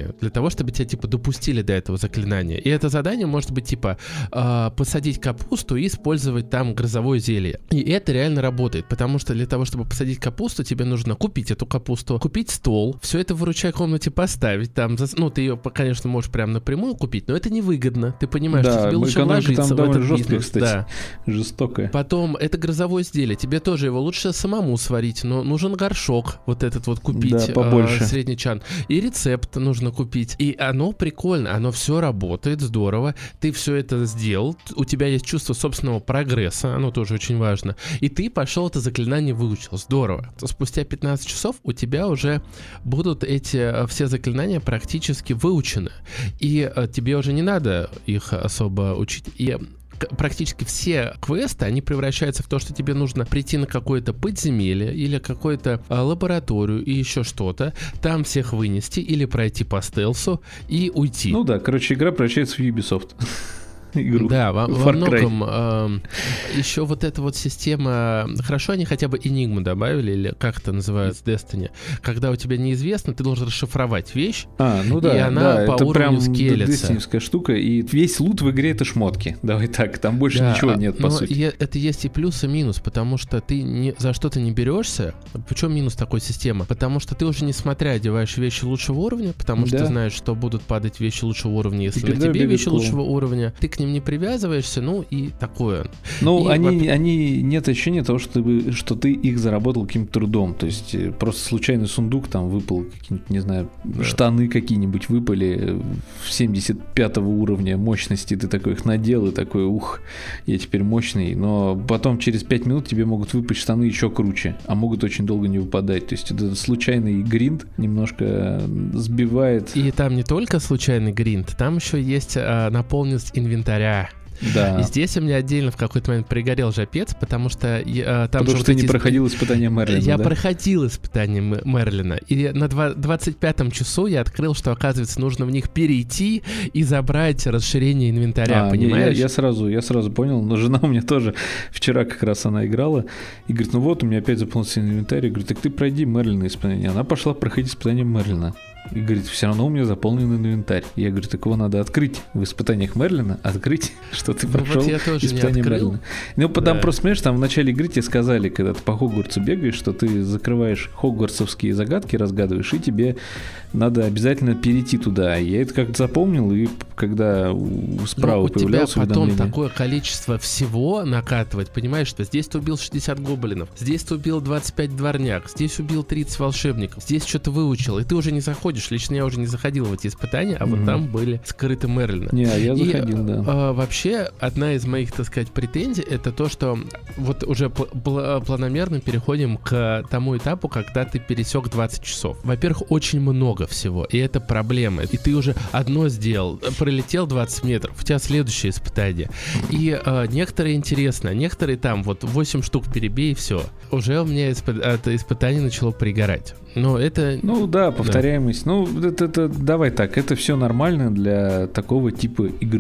Speaker 2: задание, для того, чтобы тебя, типа, допустили до этого заклинания. И это задание может быть, типа, э, посадить капусту и использовать там грозовое зелье. И это реально работает, потому что для того, чтобы посадить капусту, тебе нужно купить эту капусту, купить стол, все это в выручай комнате поставить, там, ну, ты ее, конечно, можешь прям напрямую купить, но это невыгодно. Ты понимаешь,
Speaker 1: да,
Speaker 2: что тебе лучше вложиться в этот
Speaker 1: жесткая,
Speaker 2: бизнес.
Speaker 1: Кстати,
Speaker 2: да.
Speaker 1: Жестокая.
Speaker 2: Потом, это грозовое изделие, тебе тоже его лучше самому сварить, но нужен горшок, вот этот вот купить,
Speaker 1: да, побольше.
Speaker 2: Э, средний чан. И рецепт нужно купить. И оно прикольно, оно все работает, здорово. Ты все это сделал, у тебя есть чувство собственного прогресса, оно тоже очень важно. И ты пошел это заклинание выучил, здорово. Спустя пятнадцать часов у тебя уже будут эти все заклинания практически выучены. И э, тебе уже не надо их особо учить. И практически все квесты, они превращаются в то, что тебе нужно прийти на какое-то подземелье или какую-то а, лабораторию и еще что-то, там всех вынести или пройти по стелсу и уйти.
Speaker 1: Ну да, короче, игра превращается в Ubisoft. Игру.
Speaker 2: Да, во, во многом э, еще вот эта вот система, хорошо они хотя бы Enigma добавили, или как это называется, Destiny, когда у тебя неизвестно, ты должен расшифровать вещь,
Speaker 1: а, ну да,
Speaker 2: и она
Speaker 1: да,
Speaker 2: по
Speaker 1: это
Speaker 2: уровню
Speaker 1: прям
Speaker 2: скелется.
Speaker 1: Destiny'ская штука, и весь лут в игре — это шмотки, давай так, там больше
Speaker 2: да,
Speaker 1: ничего нет, по
Speaker 2: но
Speaker 1: сути.
Speaker 2: Я, это есть и плюс, и минус, потому что ты не, за что-то не берешься. Почему минус такой системы? Потому что ты уже несмотря одеваешь вещи лучшего уровня, потому что
Speaker 1: да.
Speaker 2: ты знаешь, что будут падать вещи лучшего уровня, если
Speaker 1: и
Speaker 2: на тебе вещи
Speaker 1: клоун.
Speaker 2: лучшего уровня, ты к ним не привязываешься, ну и такое.
Speaker 1: Ну,
Speaker 2: и
Speaker 1: они,
Speaker 2: во...
Speaker 1: они нет ощущения того, что ты, что ты их заработал каким-то трудом. То есть просто случайный сундук там выпал, какие-нибудь, не знаю, да. штаны какие-нибудь выпали в семьдесят пятого уровня мощности, ты такой их надел и такой, ух, я теперь мощный. Но потом через пять минут тебе могут выпасть штаны еще круче, а могут очень долго не выпадать. То есть это случайный гринд немножко сбивает.
Speaker 2: И там не только случайный гринд, там еще есть а, наполненность инвентаря.
Speaker 1: Да.
Speaker 2: И здесь у меня отдельно в какой-то момент пригорел жопец, потому что я, там
Speaker 1: потому
Speaker 2: же
Speaker 1: что
Speaker 2: вот
Speaker 1: ты не
Speaker 2: эти...
Speaker 1: проходил испытание Мерлина.
Speaker 2: Я
Speaker 1: да?
Speaker 2: проходил испытание Мерлина. И на двадцать пятом часу я открыл, что, оказывается, нужно в них перейти и забрать расширение инвентаря,
Speaker 1: а,
Speaker 2: понимаешь?
Speaker 1: Я, я, сразу, я сразу понял, но жена у меня тоже вчера как раз она играла и говорит, ну вот, у меня опять заполнился инвентарь. Я говорю, так ты пройди Мерлина испытание. Она пошла проходить испытание Мерлина. И говорит, все равно у меня заполнен инвентарь. Я говорю, так его надо открыть в испытаниях Мерлина, открыть, что ты
Speaker 2: ну,
Speaker 1: прошел
Speaker 2: вот
Speaker 1: испытание Мерлина. Ну, потом
Speaker 2: да.
Speaker 1: просто, понимаешь, там в начале игры тебе сказали, когда ты по Хогвартсу бегаешь, что ты закрываешь хогвартсовские загадки, разгадываешь, и тебе надо обязательно перейти туда. Я это как-то запомнил, и когда справа
Speaker 2: ну,
Speaker 1: появлялось
Speaker 2: уведомление. У тебя потом
Speaker 1: уведомление.
Speaker 2: такое количество всего накатывать, понимаешь, что здесь ты убил шестьдесят гоблинов, здесь ты убил двадцать пять дворняг, здесь убил тридцать волшебников, здесь что-то выучил, и ты уже не заходишь. Лично я уже не заходил в эти испытания, а mm-hmm. вот там были скрыты Мерлина.
Speaker 1: Не, я
Speaker 2: и,
Speaker 1: заходил, да.
Speaker 2: А, вообще, одна из моих, так сказать, претензий, это то, что вот уже пл- пл- планомерно переходим к тому этапу, когда ты пересек двадцать часов. Во-первых, очень много всего, и это проблема. И ты уже одно сделал, пролетел двадцать метров, у тебя следующее испытание. И а, некоторые интересно, некоторые там вот восемь штук перебей, и все. Уже у меня испы- это испытание начало пригорать. Но это...
Speaker 1: Ну да, повторяемость. Да. Ну, это, это, давай так, это все нормально для такого типа игры.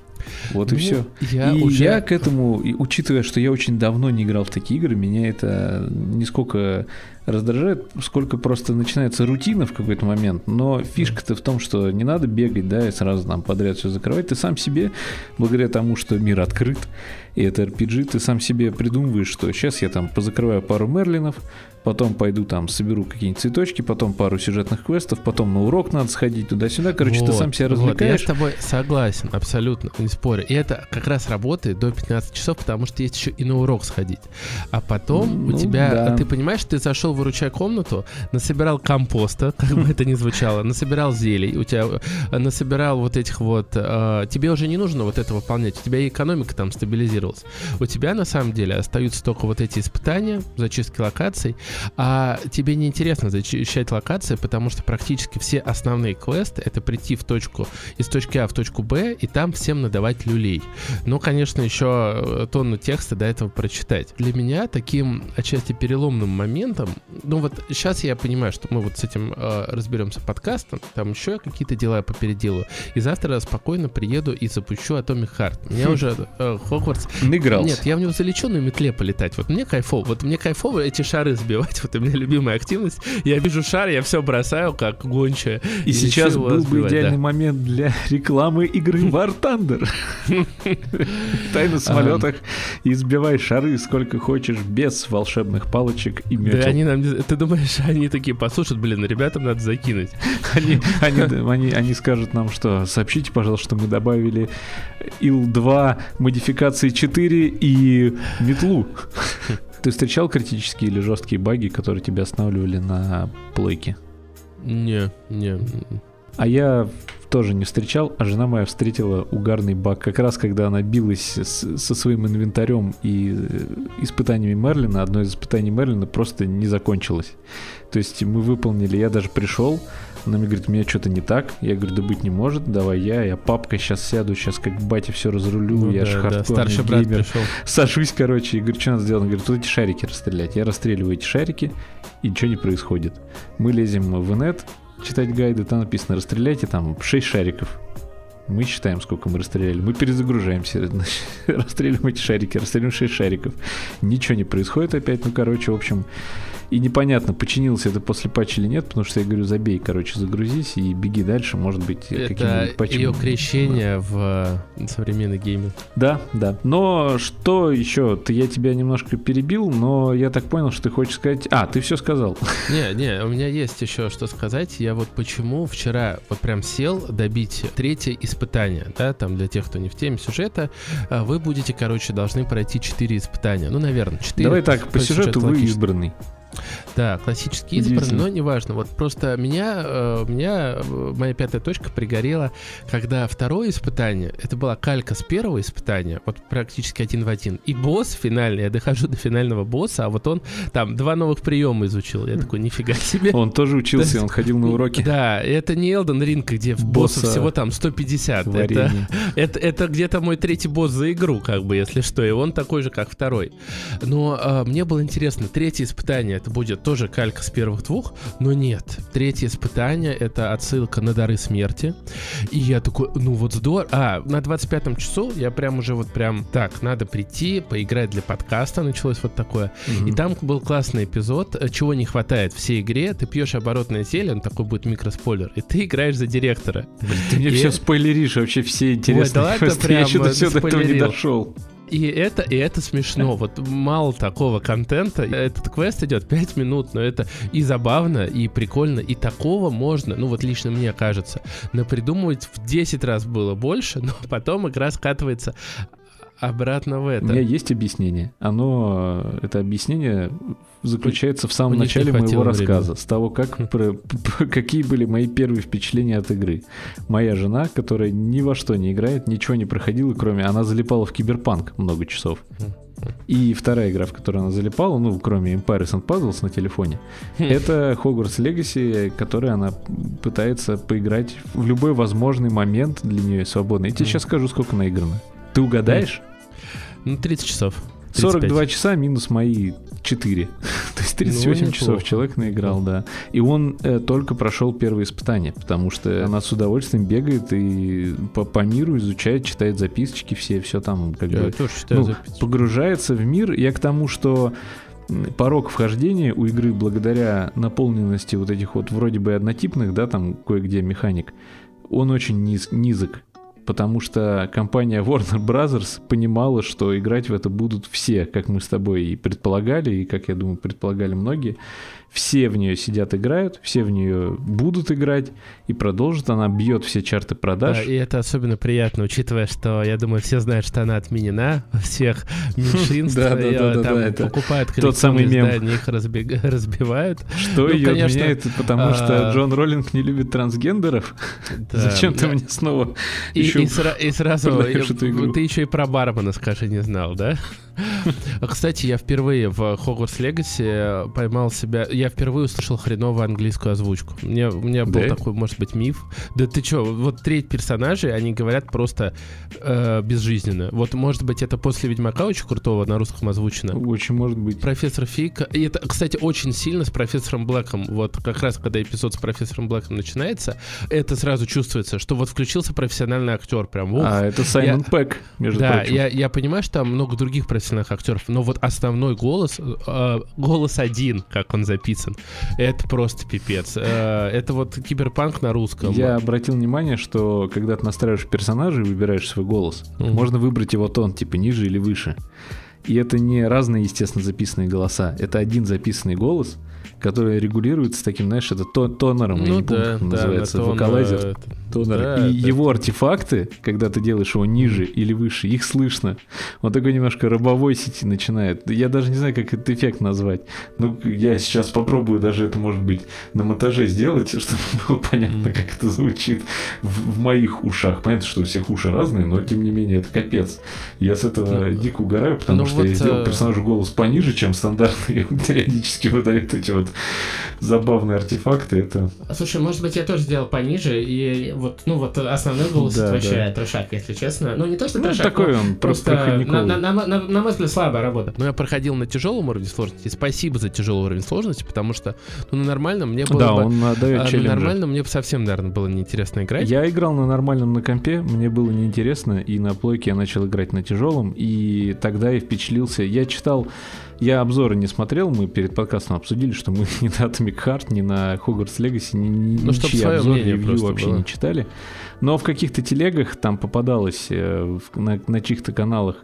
Speaker 1: Вот ну, и все.
Speaker 2: Я
Speaker 1: и
Speaker 2: уже...
Speaker 1: я к этому, и, учитывая, что я очень давно не играл в такие игры, меня это нисколько раздражает, сколько просто начинается рутина в какой-то момент. Но фишка-то в том, что не надо бегать, да, и сразу там подряд все закрывать. Ты сам себе, благодаря тому, что мир открыт, и это эр пи джи, ты сам себе придумываешь, что сейчас я там позакрываю пару Мерлинов, потом пойду там соберу какие-нибудь цветочки, потом пару сюжетных квестов, потом на урок надо сходить туда-сюда. Короче,
Speaker 2: вот,
Speaker 1: ты сам себя развлекаешь.
Speaker 2: Вот, я с тобой согласен, абсолютно, не спорю. И это как раз работает до пятнадцати часов, потому что есть еще и на урок сходить. А потом
Speaker 1: ну,
Speaker 2: у тебя,
Speaker 1: да.
Speaker 2: ты понимаешь, ты зашел в выручай комнату, насобирал компоста, как бы это ни звучало, насобирал зелий, у тебя насобирал вот этих вот... Э, тебе уже не нужно вот это выполнять, у тебя и экономика там стабилизировалась. У тебя на самом деле остаются только вот эти испытания, зачистки локаций, а тебе не интересно зачищать локации, потому что практически все основные квесты — это прийти в точку, из точки А в точку Б, и там всем надавать люлей. Ну, конечно, еще тонну текста до этого прочитать. Для меня таким отчасти переломным моментом Ну вот сейчас я понимаю, что мы вот с этим э, разберемся подкастом, там еще какие-то дела я попеределаю, и завтра спокойно приеду и запущу Atomic Heart. Меня уже э, Хогвартс...
Speaker 1: Наигрался.
Speaker 2: Нет, я в него залечу на метле полетать. Вот мне кайфово. Вот мне кайфово эти шары сбивать. Вот у меня любимая активность. Я вижу шар, я все бросаю, как гончая.
Speaker 1: И, и сейчас был бы идеальный да. момент для рекламы игры War Thunder. Тай на самолетах и сбивай шары сколько хочешь, без волшебных палочек и метел.
Speaker 2: Да, они нам... Ты думаешь, они такие послушают, блин, ребятам надо закинуть.
Speaker 1: Они, они, они, они скажут нам, что сообщите, пожалуйста, что мы добавили ил два модификации четыре и метлу. Ты встречал критические или жесткие баги, которые тебя останавливали на плойке?
Speaker 2: Не, не.
Speaker 1: А я тоже не встречал, а жена моя встретила угарный баг как раз, когда она билась с, со своим инвентарем и испытаниями Мерлина. Одно из испытаний Мерлина просто не закончилось. То есть мы выполнили, я даже пришел, она мне говорит, у меня что-то не так. Я говорю, да быть не может, давай я, я папка сейчас сяду, сейчас как батя все разрулю, ну, я да, же хардкорный да,
Speaker 2: старший брат
Speaker 1: геймер.
Speaker 2: Пришел.
Speaker 1: Сажусь, короче, и говорю, что надо сделать? Она говорит, тут эти шарики расстрелять. Я расстреливаю эти шарики, и ничего не происходит. Мы лезем в инет, читать гайды, там написано, расстреляйте там шесть шариков. Мы считаем, сколько мы расстреляли. Мы перезагружаемся, расстреливаем эти шарики, расстреливаем шесть шариков. Ничего не происходит опять. Ну, короче, в общем, и непонятно, починился это после патча или нет, потому что я говорю, забей, короче, загрузись и беги дальше, может быть, каким-нибудь патчем.
Speaker 2: Это ее крещение в современной гейме.
Speaker 1: Да, да. Но что еще? Ты, я тебя немножко перебил, но я так понял, что ты хочешь сказать... А, ты все сказал.
Speaker 2: Не, не, у меня есть еще что сказать. Я вот почему вчера вот прям сел добить третье испытание, да, там для тех, кто не в теме сюжета, вы будете, короче, должны пройти четыре испытания. Ну, наверное, четыре.
Speaker 1: Давай так, по сюжету вы избранный.
Speaker 2: Да, классический избранный, но неважно. Вот просто меня, э, меня моя пятая точка пригорела, когда второе испытание, это была калька с первого испытания, вот практически один в один. И босс финальный, я дохожу до финального босса, а вот он там два новых приема изучил. Я такой, нифига себе.
Speaker 1: Он тоже учился, он ходил на уроки.
Speaker 2: Да, это не Elden Ring, где боссов всего там сто пятьдесят. Это, это, это где-то мой третий босс за игру, как бы, если что, и он такой же, как второй. Но э, мне было интересно, третье испытание, это будет тоже калька с первых двух, но нет. Третье испытание — это отсылка на дары смерти. И я такой, ну вот здорово. А, на двадцать пятом часу я прям уже вот прям, так, надо прийти, поиграть для подкаста, началось вот такое. Mm-hmm. И там был классный эпизод, чего не хватает всей игре. Ты пьешь оборотное зелье, он такой будет микроспойлер, и ты играешь за директора.
Speaker 1: Блин, ты мне и... все спойлеришь, вообще все интересные. Ой,
Speaker 2: да ладно, прям,
Speaker 1: я что-то все до этого не дошел.
Speaker 2: И это, и это смешно. Вот мало такого контента. Этот квест идет пять минут, но это и забавно, и прикольно, и такого можно, ну вот лично мне кажется, напридумывать в десять раз было больше, но потом игра скатывается обратно в это.
Speaker 1: У меня есть объяснение. Оно, это объяснение заключается в самом начале моего рассказа. С того, как, про, какие были мои первые впечатления от игры. Моя жена, которая ни во что не играет, ничего не проходила, кроме... Она залипала в Киберпанк много часов. И вторая игра, в которую она залипала, ну, кроме Empires and Puzzles на телефоне, это Hogwarts Legacy, которой она пытается поиграть в любой возможный момент для нее свободный. Я тебе сейчас скажу, сколько наиграно. Ты угадаешь?
Speaker 2: Ну, тридцать часов. тридцать пять.
Speaker 1: сорок два часа минус мои четыре. То есть тридцать восемь ну, часов человек наиграл, да. И он э, только прошел первое испытание, потому что она с удовольствием бегает и по, по миру изучает, читает записочки все, все там как
Speaker 2: Я
Speaker 1: бы
Speaker 2: тоже читаю
Speaker 1: ну,
Speaker 2: записочки.
Speaker 1: Погружается в мир. Я к тому, что порог вхождения у игры благодаря наполненности вот этих вот вроде бы однотипных, да, там кое-где механик, он очень низ, низок. Потому что компания Warner Brothers понимала, что играть в это будут все, как мы с тобой и предполагали, и, как я думаю, предполагали многие. Все в нее сидят, играют, все в нее будут играть и продолжат. Она бьет все чарты продаж.
Speaker 2: Да, и это особенно приятно, учитывая, что, я думаю, все знают, что она отменена во всех меньшинствах. Там покупают коллекционные издания, их разбивают.
Speaker 1: Что ее отменяет? Потому что Джон Роллинг не любит трансгендеров? Зачем ты мне снова еще
Speaker 2: И сразу ты еще и про бармена, скажи, не знал, да? Кстати, я впервые в Hogwarts Legacy поймал себя... Я впервые услышал хреновую английскую озвучку. У меня, у меня был
Speaker 1: да?
Speaker 2: такой, может быть, миф. Да ты чё, вот треть персонажей, они говорят просто э, безжизненно. Вот, может быть, это после Ведьмака очень крутого на русском озвучено.
Speaker 1: Очень может быть.
Speaker 2: Профессор Фиг. И это, кстати, очень сильно с профессором Блэком. Вот как раз, когда эпизод с профессором Блэком начинается, это сразу чувствуется, что вот включился профессиональный актер. Прям, ух,
Speaker 1: а, это Саймон
Speaker 2: я...
Speaker 1: Пегг, между
Speaker 2: да,
Speaker 1: прочим.
Speaker 2: Я, я понимаю, что там много других профессиональных актеров, но вот основной голос, э, голос один, как он записан, это просто пипец. Э, это вот киберпанк на русском.
Speaker 1: Я обратил внимание, что когда ты настраиваешь персонажа и выбираешь свой голос, mm-hmm. можно выбрать его тон, типа ниже или выше. И это не разные, естественно, записанные голоса. Это один записанный голос, который регулируется таким, знаешь, это тонером,
Speaker 2: ну,
Speaker 1: я не
Speaker 2: да,
Speaker 1: помню, как он
Speaker 2: да,
Speaker 1: называется,
Speaker 2: тон,
Speaker 1: вокалайзер.
Speaker 2: э,
Speaker 1: Тонер.
Speaker 2: да,
Speaker 1: и
Speaker 2: это...
Speaker 1: его артефакты, когда ты делаешь его ниже или выше, их слышно. Он такой немножко робовой сети начинает. Я даже не знаю, как этот эффект назвать. Ну, я сейчас попробую даже это, может быть, на монтаже сделать, чтобы было понятно, как это звучит в, в моих ушах. Понятно, что у всех уши разные, но тем не менее это капец. Я с этого ну, дико угораю, потому ну, что вот, я сделал персонажу голос пониже, чем стандартный, и он периодически выдает эти вот забавные артефакты. Это...
Speaker 4: Слушай, может быть, я тоже сделал пониже, и вот, ну вот основной голос да, вообще да. трешак, если честно. Ну не то, что
Speaker 1: ну,
Speaker 4: трешак,
Speaker 1: такой
Speaker 4: но
Speaker 1: он,
Speaker 4: просто на, на, на, на, на мой взгляд слабая работа.
Speaker 2: Ну я проходил на тяжелом уровне сложности, спасибо за тяжелый уровень сложности, потому что ну, на нормальном мне было
Speaker 1: да,
Speaker 2: бы...
Speaker 1: он дает
Speaker 2: а,
Speaker 1: челленджи.
Speaker 2: На нормальном мне бы совсем, наверное, было неинтересно играть.
Speaker 1: Я играл на нормальном на компе, мне было неинтересно, и на плойке я начал играть на тяжелом, и тогда я впечатлился. Я читал... Я обзоры не смотрел, мы перед подкастом обсудили, что мы ни на Atomic Heart, ни на Hogwarts Legacy, ни, ни,
Speaker 2: ну,
Speaker 1: ничьи обзоры, ревью вообще
Speaker 2: было.
Speaker 1: не читали. Но в каких-то телегах там попадалось э, в, на, на чьих-то каналах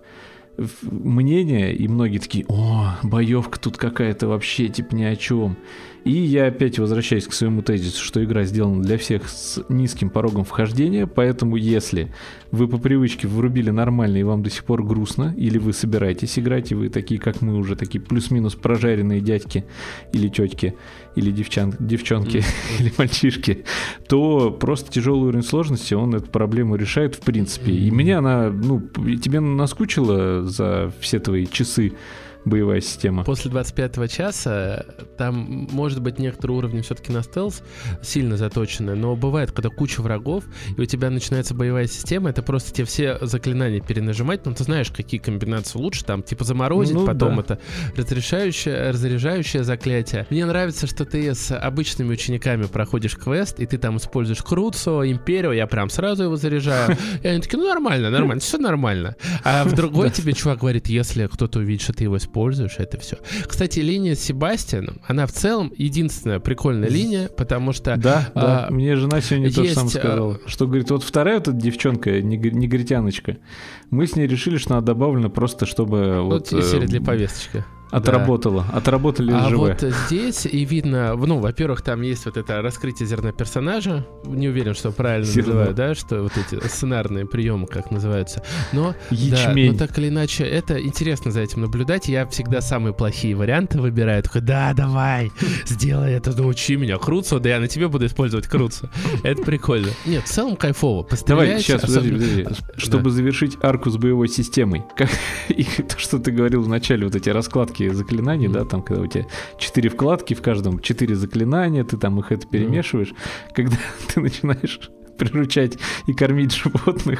Speaker 1: мнение, и многие такие: о, боевка тут какая-то вообще, типа, ни о чем. И я опять возвращаюсь к своему тезису, что игра сделана для всех с низким порогом вхождения, поэтому если вы по привычке врубили нормально и вам до сих пор грустно, или вы собираетесь играть, и вы такие, как мы, уже такие плюс-минус прожаренные дядьки или тетки, или девчон, девчонки, mm-hmm. или мальчишки, то просто тяжелый уровень сложности, он эту проблему решает в принципе. Mm-hmm. И мне она, ну, тебе наскучила за все твои часы боевая система?
Speaker 2: После двадцать пятого часа там может быть некоторые уровни все-таки на стелс сильно заточены, но бывает, когда куча врагов, и у тебя начинается боевая система, это просто тебе все заклинания перенажимать, но ты знаешь, какие комбинации лучше, там, типа заморозить, ну, потом да. это разрешающее, разряжающее заклятие. Мне нравится, что ты с обычными учениками проходишь квест, и ты там используешь Круцо, Империо, я прям сразу его заряжаю, и они такие: ну нормально, нормально, все нормально. А в другой тебе чувак говорит: если кто-то увидит, что ты его используешь, пользуешь, это все. Кстати, линия с Себастьяном, она в целом единственная прикольная линия, потому что...
Speaker 1: Да,
Speaker 2: а,
Speaker 1: да, мне жена сегодня
Speaker 2: есть,
Speaker 1: то же самое сказала. А... Что, говорит, вот вторая вот эта девчонка, негритяночка, мы с ней решили, что она добавлена просто, чтобы...
Speaker 2: Вот,
Speaker 1: вот
Speaker 2: серия для повесточки.
Speaker 1: Отработала, да. Отработали
Speaker 2: а
Speaker 1: живые.
Speaker 2: Вот здесь и видно, ну, во-первых, там есть вот это раскрытие зерна персонажа, не уверен, что правильно Зерно. называю, да, что вот эти сценарные приемы, как называются, но, да, но так или иначе, это интересно за этим наблюдать, я всегда самые плохие варианты выбираю, такой: да, давай, сделай это, научи меня, Круцо, да я на тебе буду использовать Круцо, это прикольно. Нет, в целом кайфово, пострелять.
Speaker 1: Давай, сейчас,
Speaker 2: особенно...
Speaker 1: подожди, подожди, чтобы да. завершить арку с боевой системой, как... и то, что ты говорил в начале, вот эти раскладки заклинаний, mm-hmm. да, там, когда у тебя четыре вкладки, в каждом четыре заклинания, ты там их это перемешиваешь, mm-hmm. когда ты начинаешь приручать и кормить животных,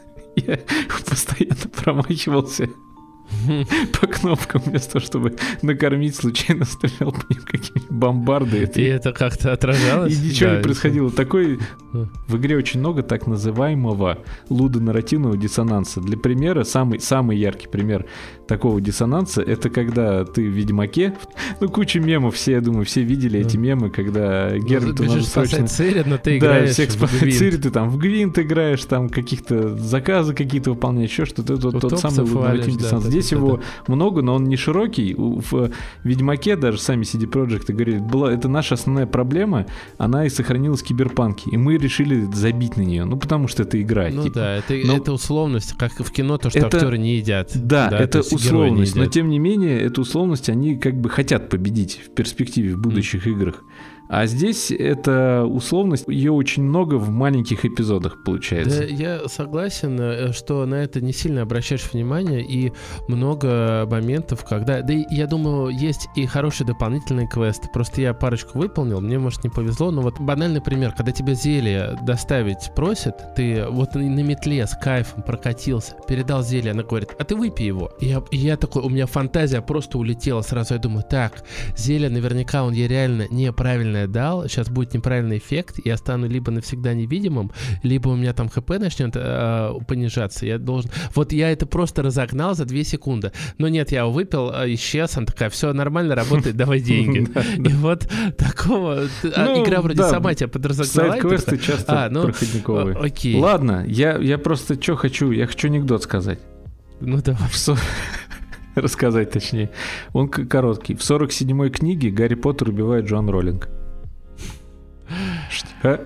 Speaker 1: я постоянно промахивался по кнопкам вместо того, чтобы накормить, случайно стрелял по ним какие-нибудь бомбарды.
Speaker 2: И это как-то отражалось?
Speaker 1: И ничего да, не происходило. Такой... В игре очень много так называемого лудонарративного диссонанса. Для примера, самый, самый яркий пример такого диссонанса — это когда ты в Ведьмаке, ну, куча мемов, все, я думаю, все видели эти мемы, когда Геральту
Speaker 2: надо срочно... Цири, но ты играешь
Speaker 1: да, всех спасать Цири, ты там в Гвинт играешь, там каких-то заказы какие-то выполняешь, еще что-то. Это тот самый лудонарративный диссонанс. Да, Здесь его да. много, но он не широкий. В Ведьмаке даже сами си ди Projekt говорили: была, это наша основная проблема, она и сохранилась в Киберпанке, и мы решили забить на нее, ну потому что это игра.
Speaker 2: Ну
Speaker 1: типа.
Speaker 2: да, это,
Speaker 1: но...
Speaker 2: это условность, как в кино, то, что
Speaker 1: это...
Speaker 2: актеры не едят.
Speaker 1: Да, да это условность, но
Speaker 2: едят.
Speaker 1: тем не менее, эту условность они как бы хотят победить в перспективе, в будущих mm. играх. А здесь эта условность, ее очень много в маленьких эпизодах получается.
Speaker 2: Да, я согласен, что на это не сильно обращаешь внимание, и много моментов, когда... Да, я думаю, есть и хорошие дополнительные квесты. Просто я парочку выполнил, мне, может, не повезло, но вот банальный пример, когда тебя зелье доставить просят, ты вот на метле с кайфом прокатился, передал зелье, она говорит, а ты выпей его. И я, и я такой, у меня фантазия просто улетела сразу, я думаю, так, зелье наверняка он ей реально неправильное дал, сейчас будет неправильный эффект, я стану либо навсегда невидимым, либо у меня там ХП начнет э, понижаться, я должен... Вот я это просто разогнал за две секунды. Но нет, я его выпил, исчез, она такая, все нормально, работает, давай деньги. И вот такого... Игра вроде сама тебя подразогнала.
Speaker 1: Сайд-квесты часто проходниковые.
Speaker 2: Окей.
Speaker 1: Ладно, я просто что хочу, я хочу анекдот сказать.
Speaker 2: Ну давай.
Speaker 1: Рассказать точнее. Он короткий. В сорок седьмой книге Гарри Поттер убивает Джоан Роллинг. Что?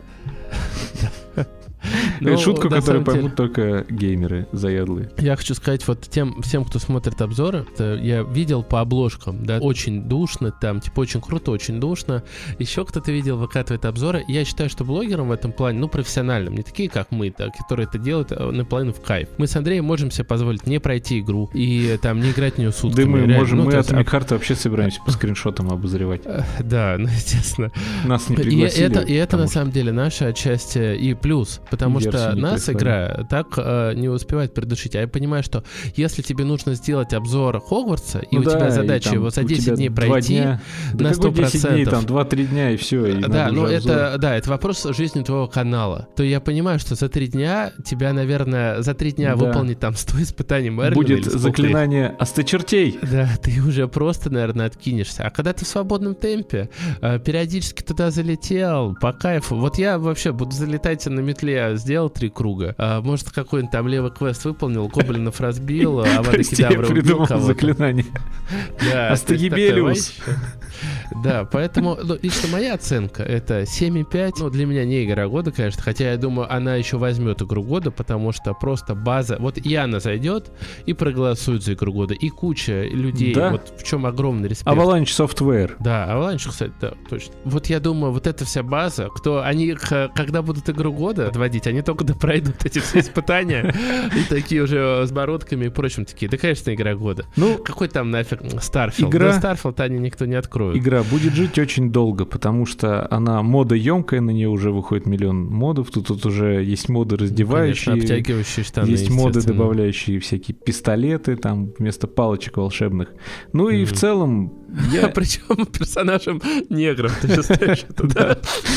Speaker 1: Ну, шутку, которую поймут деле... только геймеры заядлые.
Speaker 2: Я хочу сказать вот тем всем, кто смотрит обзоры, я видел по обложкам, да, очень душно, там, типа, очень круто, очень душно. Еще кто-то видел, выкатывает обзоры. Я считаю, что блогерам в этом плане, ну, профессиональным, не такие, как мы, да, которые это делают наполовину в кайф. Мы с Андреем можем себе позволить не пройти игру и там не играть в нее сутками.
Speaker 1: Да мы
Speaker 2: реально.
Speaker 1: можем,
Speaker 2: ну,
Speaker 1: мы
Speaker 2: от
Speaker 1: Atomic Heart вообще собираемся по скриншотам обозревать.
Speaker 2: Да, ну, естественно.
Speaker 1: Нас не пригласили.
Speaker 2: И это, и это на самом деле наша отчасти и плюс, потому что нас игра так э, не успевает придушить. А я понимаю, что если тебе нужно сделать обзор Хогвартса, и ну у да, тебя задача там, его за десять дней пройти
Speaker 1: дня,
Speaker 2: на сто процентов...
Speaker 1: десять дней, там два-три дня и все. И
Speaker 2: да, ну это, да, это вопрос жизни твоего канала. То я понимаю, что за три дня тебя, наверное, за три дня да. выполнить там сто испытаний Мерлина.
Speaker 1: Будет заклинание осточертей.
Speaker 2: Да, ты уже просто, наверное, откинешься. А когда ты в свободном темпе, э, периодически туда залетел, по кайфу. Вот я вообще буду залетать на метле, сделал три круга. А, может, какой-нибудь там левый квест выполнил, гоблинов разбил, а Авада-Кедавра убил кого-то.
Speaker 1: Заклинание.
Speaker 2: Да,
Speaker 1: Астагибелиус.
Speaker 2: Да, поэтому ну, лично моя оценка это семь и пять. Ну, для меня не игра года, конечно, хотя я думаю, она еще возьмет игру года, потому что просто база... Вот Яна зайдет и проголосует за игру года, и куча людей,
Speaker 1: да?
Speaker 2: Вот в чем огромный респект.
Speaker 1: Avalanche Software.
Speaker 2: Да, Avalanche, кстати, да, точно. Вот я думаю, вот эта вся база, кто они, когда будут игру года отводить, они только да пройдут эти все испытания и такие уже с бородками и прочим такие. Да, конечно, игра года. Ну, какой там нафиг Starfield?
Speaker 1: Игра...
Speaker 2: Да, Starfield они никто не откроет.
Speaker 1: Игра будет жить очень долго, потому что она модоемкая, на нее уже выходит миллион модов. Тут, тут уже есть моды раздевающие,
Speaker 2: ну, конечно, обтягивающие штаны,
Speaker 1: есть моды, добавляющие всякие пистолеты, там вместо палочек волшебных. Ну mm. и в целом...
Speaker 2: Я... Причем персонажем негром ты же ставишь это, да?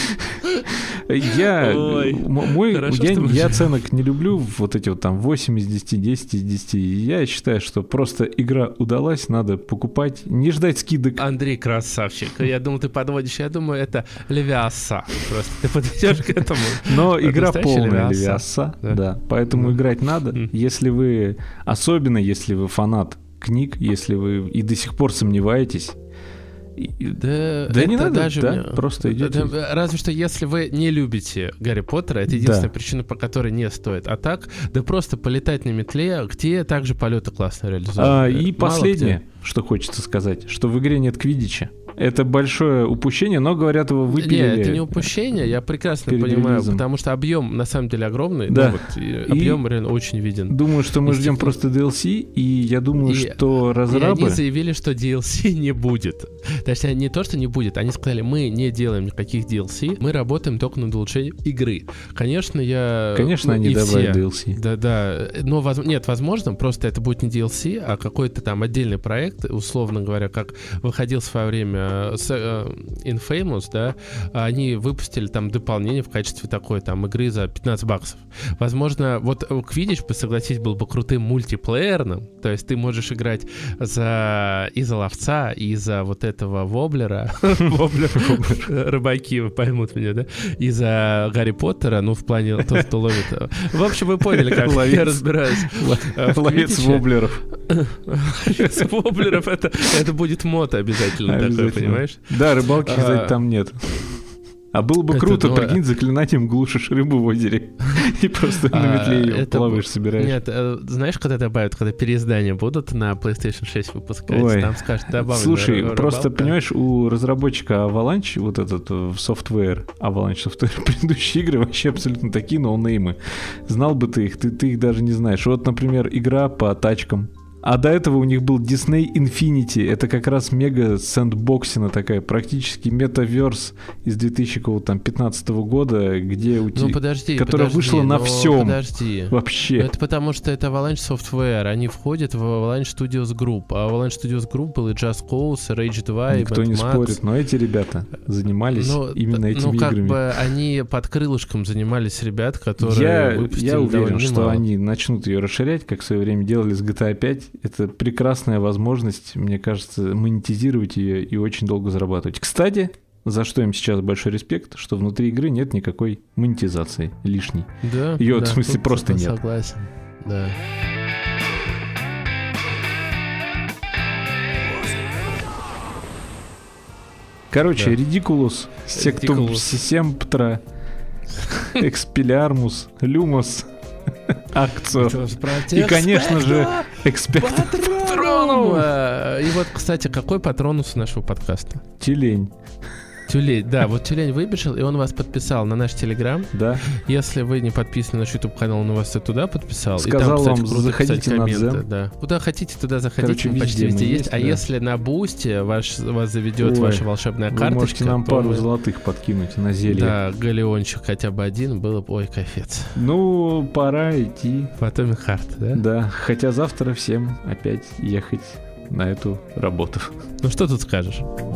Speaker 1: Я, Ой, мой, хорошо, я, я оценок не люблю, вот эти вот там восемь из десяти, десять из десяти. Я считаю, что просто игра удалась, надо покупать, не ждать скидок.
Speaker 2: Андрей красавчик. Я думал, ты подводишь, я думаю, это Левиаса. Просто ты подойдешь к этому.
Speaker 1: Но игра полная Левиаса, да. да. Поэтому mm. играть надо. Mm. Если вы, особенно если вы фанат книг, если вы и до сих пор сомневаетесь,
Speaker 2: Да,
Speaker 1: да не надо,
Speaker 2: даже
Speaker 1: да?
Speaker 2: Мне...
Speaker 1: Просто идете.
Speaker 2: Да, разве что если вы не любите Гарри Поттера, это единственная да. причина, по которой не стоит. А так, да просто полетать на метле, где также полеты классно реализованы.
Speaker 1: А, и последнее, что хочется сказать, что в игре нет квиддича. Это большое упущение, но, говорят, его выпилили.
Speaker 2: Нет, это не упущение, я прекрасно понимаю, релизом. Потому что объем, на самом деле, огромный.
Speaker 1: Да.
Speaker 2: Ну, вот, объем и реально очень виден.
Speaker 1: Думаю, что мы ждем просто ди эл си, и я думаю, и, что разрабы...
Speaker 2: И они заявили, что ди эл си не будет. Точнее, не то, что не будет, они сказали, мы не делаем никаких ди эл си, мы работаем только над улучшением игры. Конечно, я...
Speaker 1: Конечно, ну, они добавят ди эл си.
Speaker 2: Да-да, но воз... нет, возможно, просто это будет не ди эл си, а какой-то там отдельный проект, условно говоря, как выходил в свое время с uh, Infamous, да, они выпустили там дополнение в качестве такой там игры за пятнадцать баксов. Возможно, вот Quidditch, согласись, был бы крутым мультиплеерным, то есть ты можешь играть за и за ловца, и за вот этого воблера, рыбаки поймут меня, да, и за Гарри Поттера, ну, в плане тот, кто ловит. В общем, вы поняли, как я разбираюсь.
Speaker 1: Ловец воблеров.
Speaker 2: Ловец воблеров, это будет мото обязательно такой, понимаешь?
Speaker 1: Да, рыбалки, кстати, там нет. А было бы
Speaker 2: Это
Speaker 1: круто,
Speaker 2: два-
Speaker 1: прикинь, заклинанием глушишь рыбу в озере и просто на
Speaker 2: А,
Speaker 1: метле ее
Speaker 2: это
Speaker 1: плаваешь,
Speaker 2: б-
Speaker 1: собираешь.
Speaker 2: Нет, э, знаешь, когда добавят, когда переиздания будут на PlayStation шесть выпускать,
Speaker 1: Ой.
Speaker 2: там скажут, добавлено
Speaker 1: Слушай,
Speaker 2: рыбалка.
Speaker 1: просто, понимаешь, у разработчика Avalanche, вот этот э, софтвер, Avalanche Software, предыдущие игры вообще абсолютно такие ноунеймы. Знал бы ты их, ты, ты их даже не знаешь. Вот, например, игра по тачкам. А до этого у них был Disney Infinity. Это как раз мега сэндбоксина такая, практически метаверс из две тысячи пятнадцатого года, где у
Speaker 2: Ну
Speaker 1: тебя...
Speaker 2: подожди,
Speaker 1: которая
Speaker 2: подожди,
Speaker 1: вышла на
Speaker 2: ну,
Speaker 1: всем.
Speaker 2: Подожди.
Speaker 1: Вообще.
Speaker 2: Это потому, что это Avalanche Software, они входят в Avalanche Studios Group. А Avalanche Studios Group был и Just Cause, и Rage два,
Speaker 1: Никто
Speaker 2: и
Speaker 1: не
Speaker 2: Mad Max.
Speaker 1: спорит, но эти ребята занимались
Speaker 2: Ну,
Speaker 1: именно этими
Speaker 2: ну, как
Speaker 1: играми.
Speaker 2: бы они под крылышком занимались ребят, которые
Speaker 1: Я,
Speaker 2: выпустили
Speaker 1: я уверен,
Speaker 2: довольно
Speaker 1: что
Speaker 2: немало.
Speaker 1: они начнут ее расширять, как в свое время делали с джи ти эй пять. Это прекрасная возможность, мне кажется, монетизировать ее и очень долго зарабатывать. Кстати, за что им сейчас большой респект, что внутри игры нет никакой монетизации лишней.
Speaker 2: Да,
Speaker 1: Её,
Speaker 2: да,
Speaker 1: в смысле,
Speaker 2: тут
Speaker 1: просто
Speaker 2: я
Speaker 1: нет.
Speaker 2: Согласен, да.
Speaker 1: Короче,
Speaker 2: Да.
Speaker 1: Ridiculous, Sectum
Speaker 2: Ridiculous.
Speaker 1: Semptra, Expelliarmus, Lumos, Actio. И, конечно же, Expecto
Speaker 2: Патроном! Э, И вот, кстати, какой патронус у нашего подкаста?
Speaker 1: Тюлень.
Speaker 2: Тюлень, да, вот Тюлень выбежал, и он вас подписал на наш Телеграм.
Speaker 1: Да.
Speaker 2: Если вы не подписаны на наш YouTube-канал, он вас и туда подписал.
Speaker 1: Сказал
Speaker 2: и там, кстати,
Speaker 1: вам,
Speaker 2: круто
Speaker 1: заходите
Speaker 2: писать
Speaker 1: на
Speaker 2: комменты,
Speaker 1: Дзен.
Speaker 2: да. Куда хотите, туда заходите,
Speaker 1: Короче,
Speaker 2: мы почти
Speaker 1: везде
Speaker 2: везде
Speaker 1: мы
Speaker 2: есть.
Speaker 1: есть,
Speaker 2: А
Speaker 1: да.
Speaker 2: если на Бусти ваш, вас заведет
Speaker 1: Ой,
Speaker 2: ваша волшебная
Speaker 1: Вы
Speaker 2: карточка,
Speaker 1: можете нам
Speaker 2: то
Speaker 1: пару
Speaker 2: мы-
Speaker 1: золотых подкинуть на зелье.
Speaker 2: Да, галеончик хотя бы один, было бы, ой, кайфец.
Speaker 1: Ну, пора идти.
Speaker 2: Потом и хард, да?
Speaker 1: Да, хотя завтра всем опять ехать на эту работу.
Speaker 2: Ну что тут скажешь?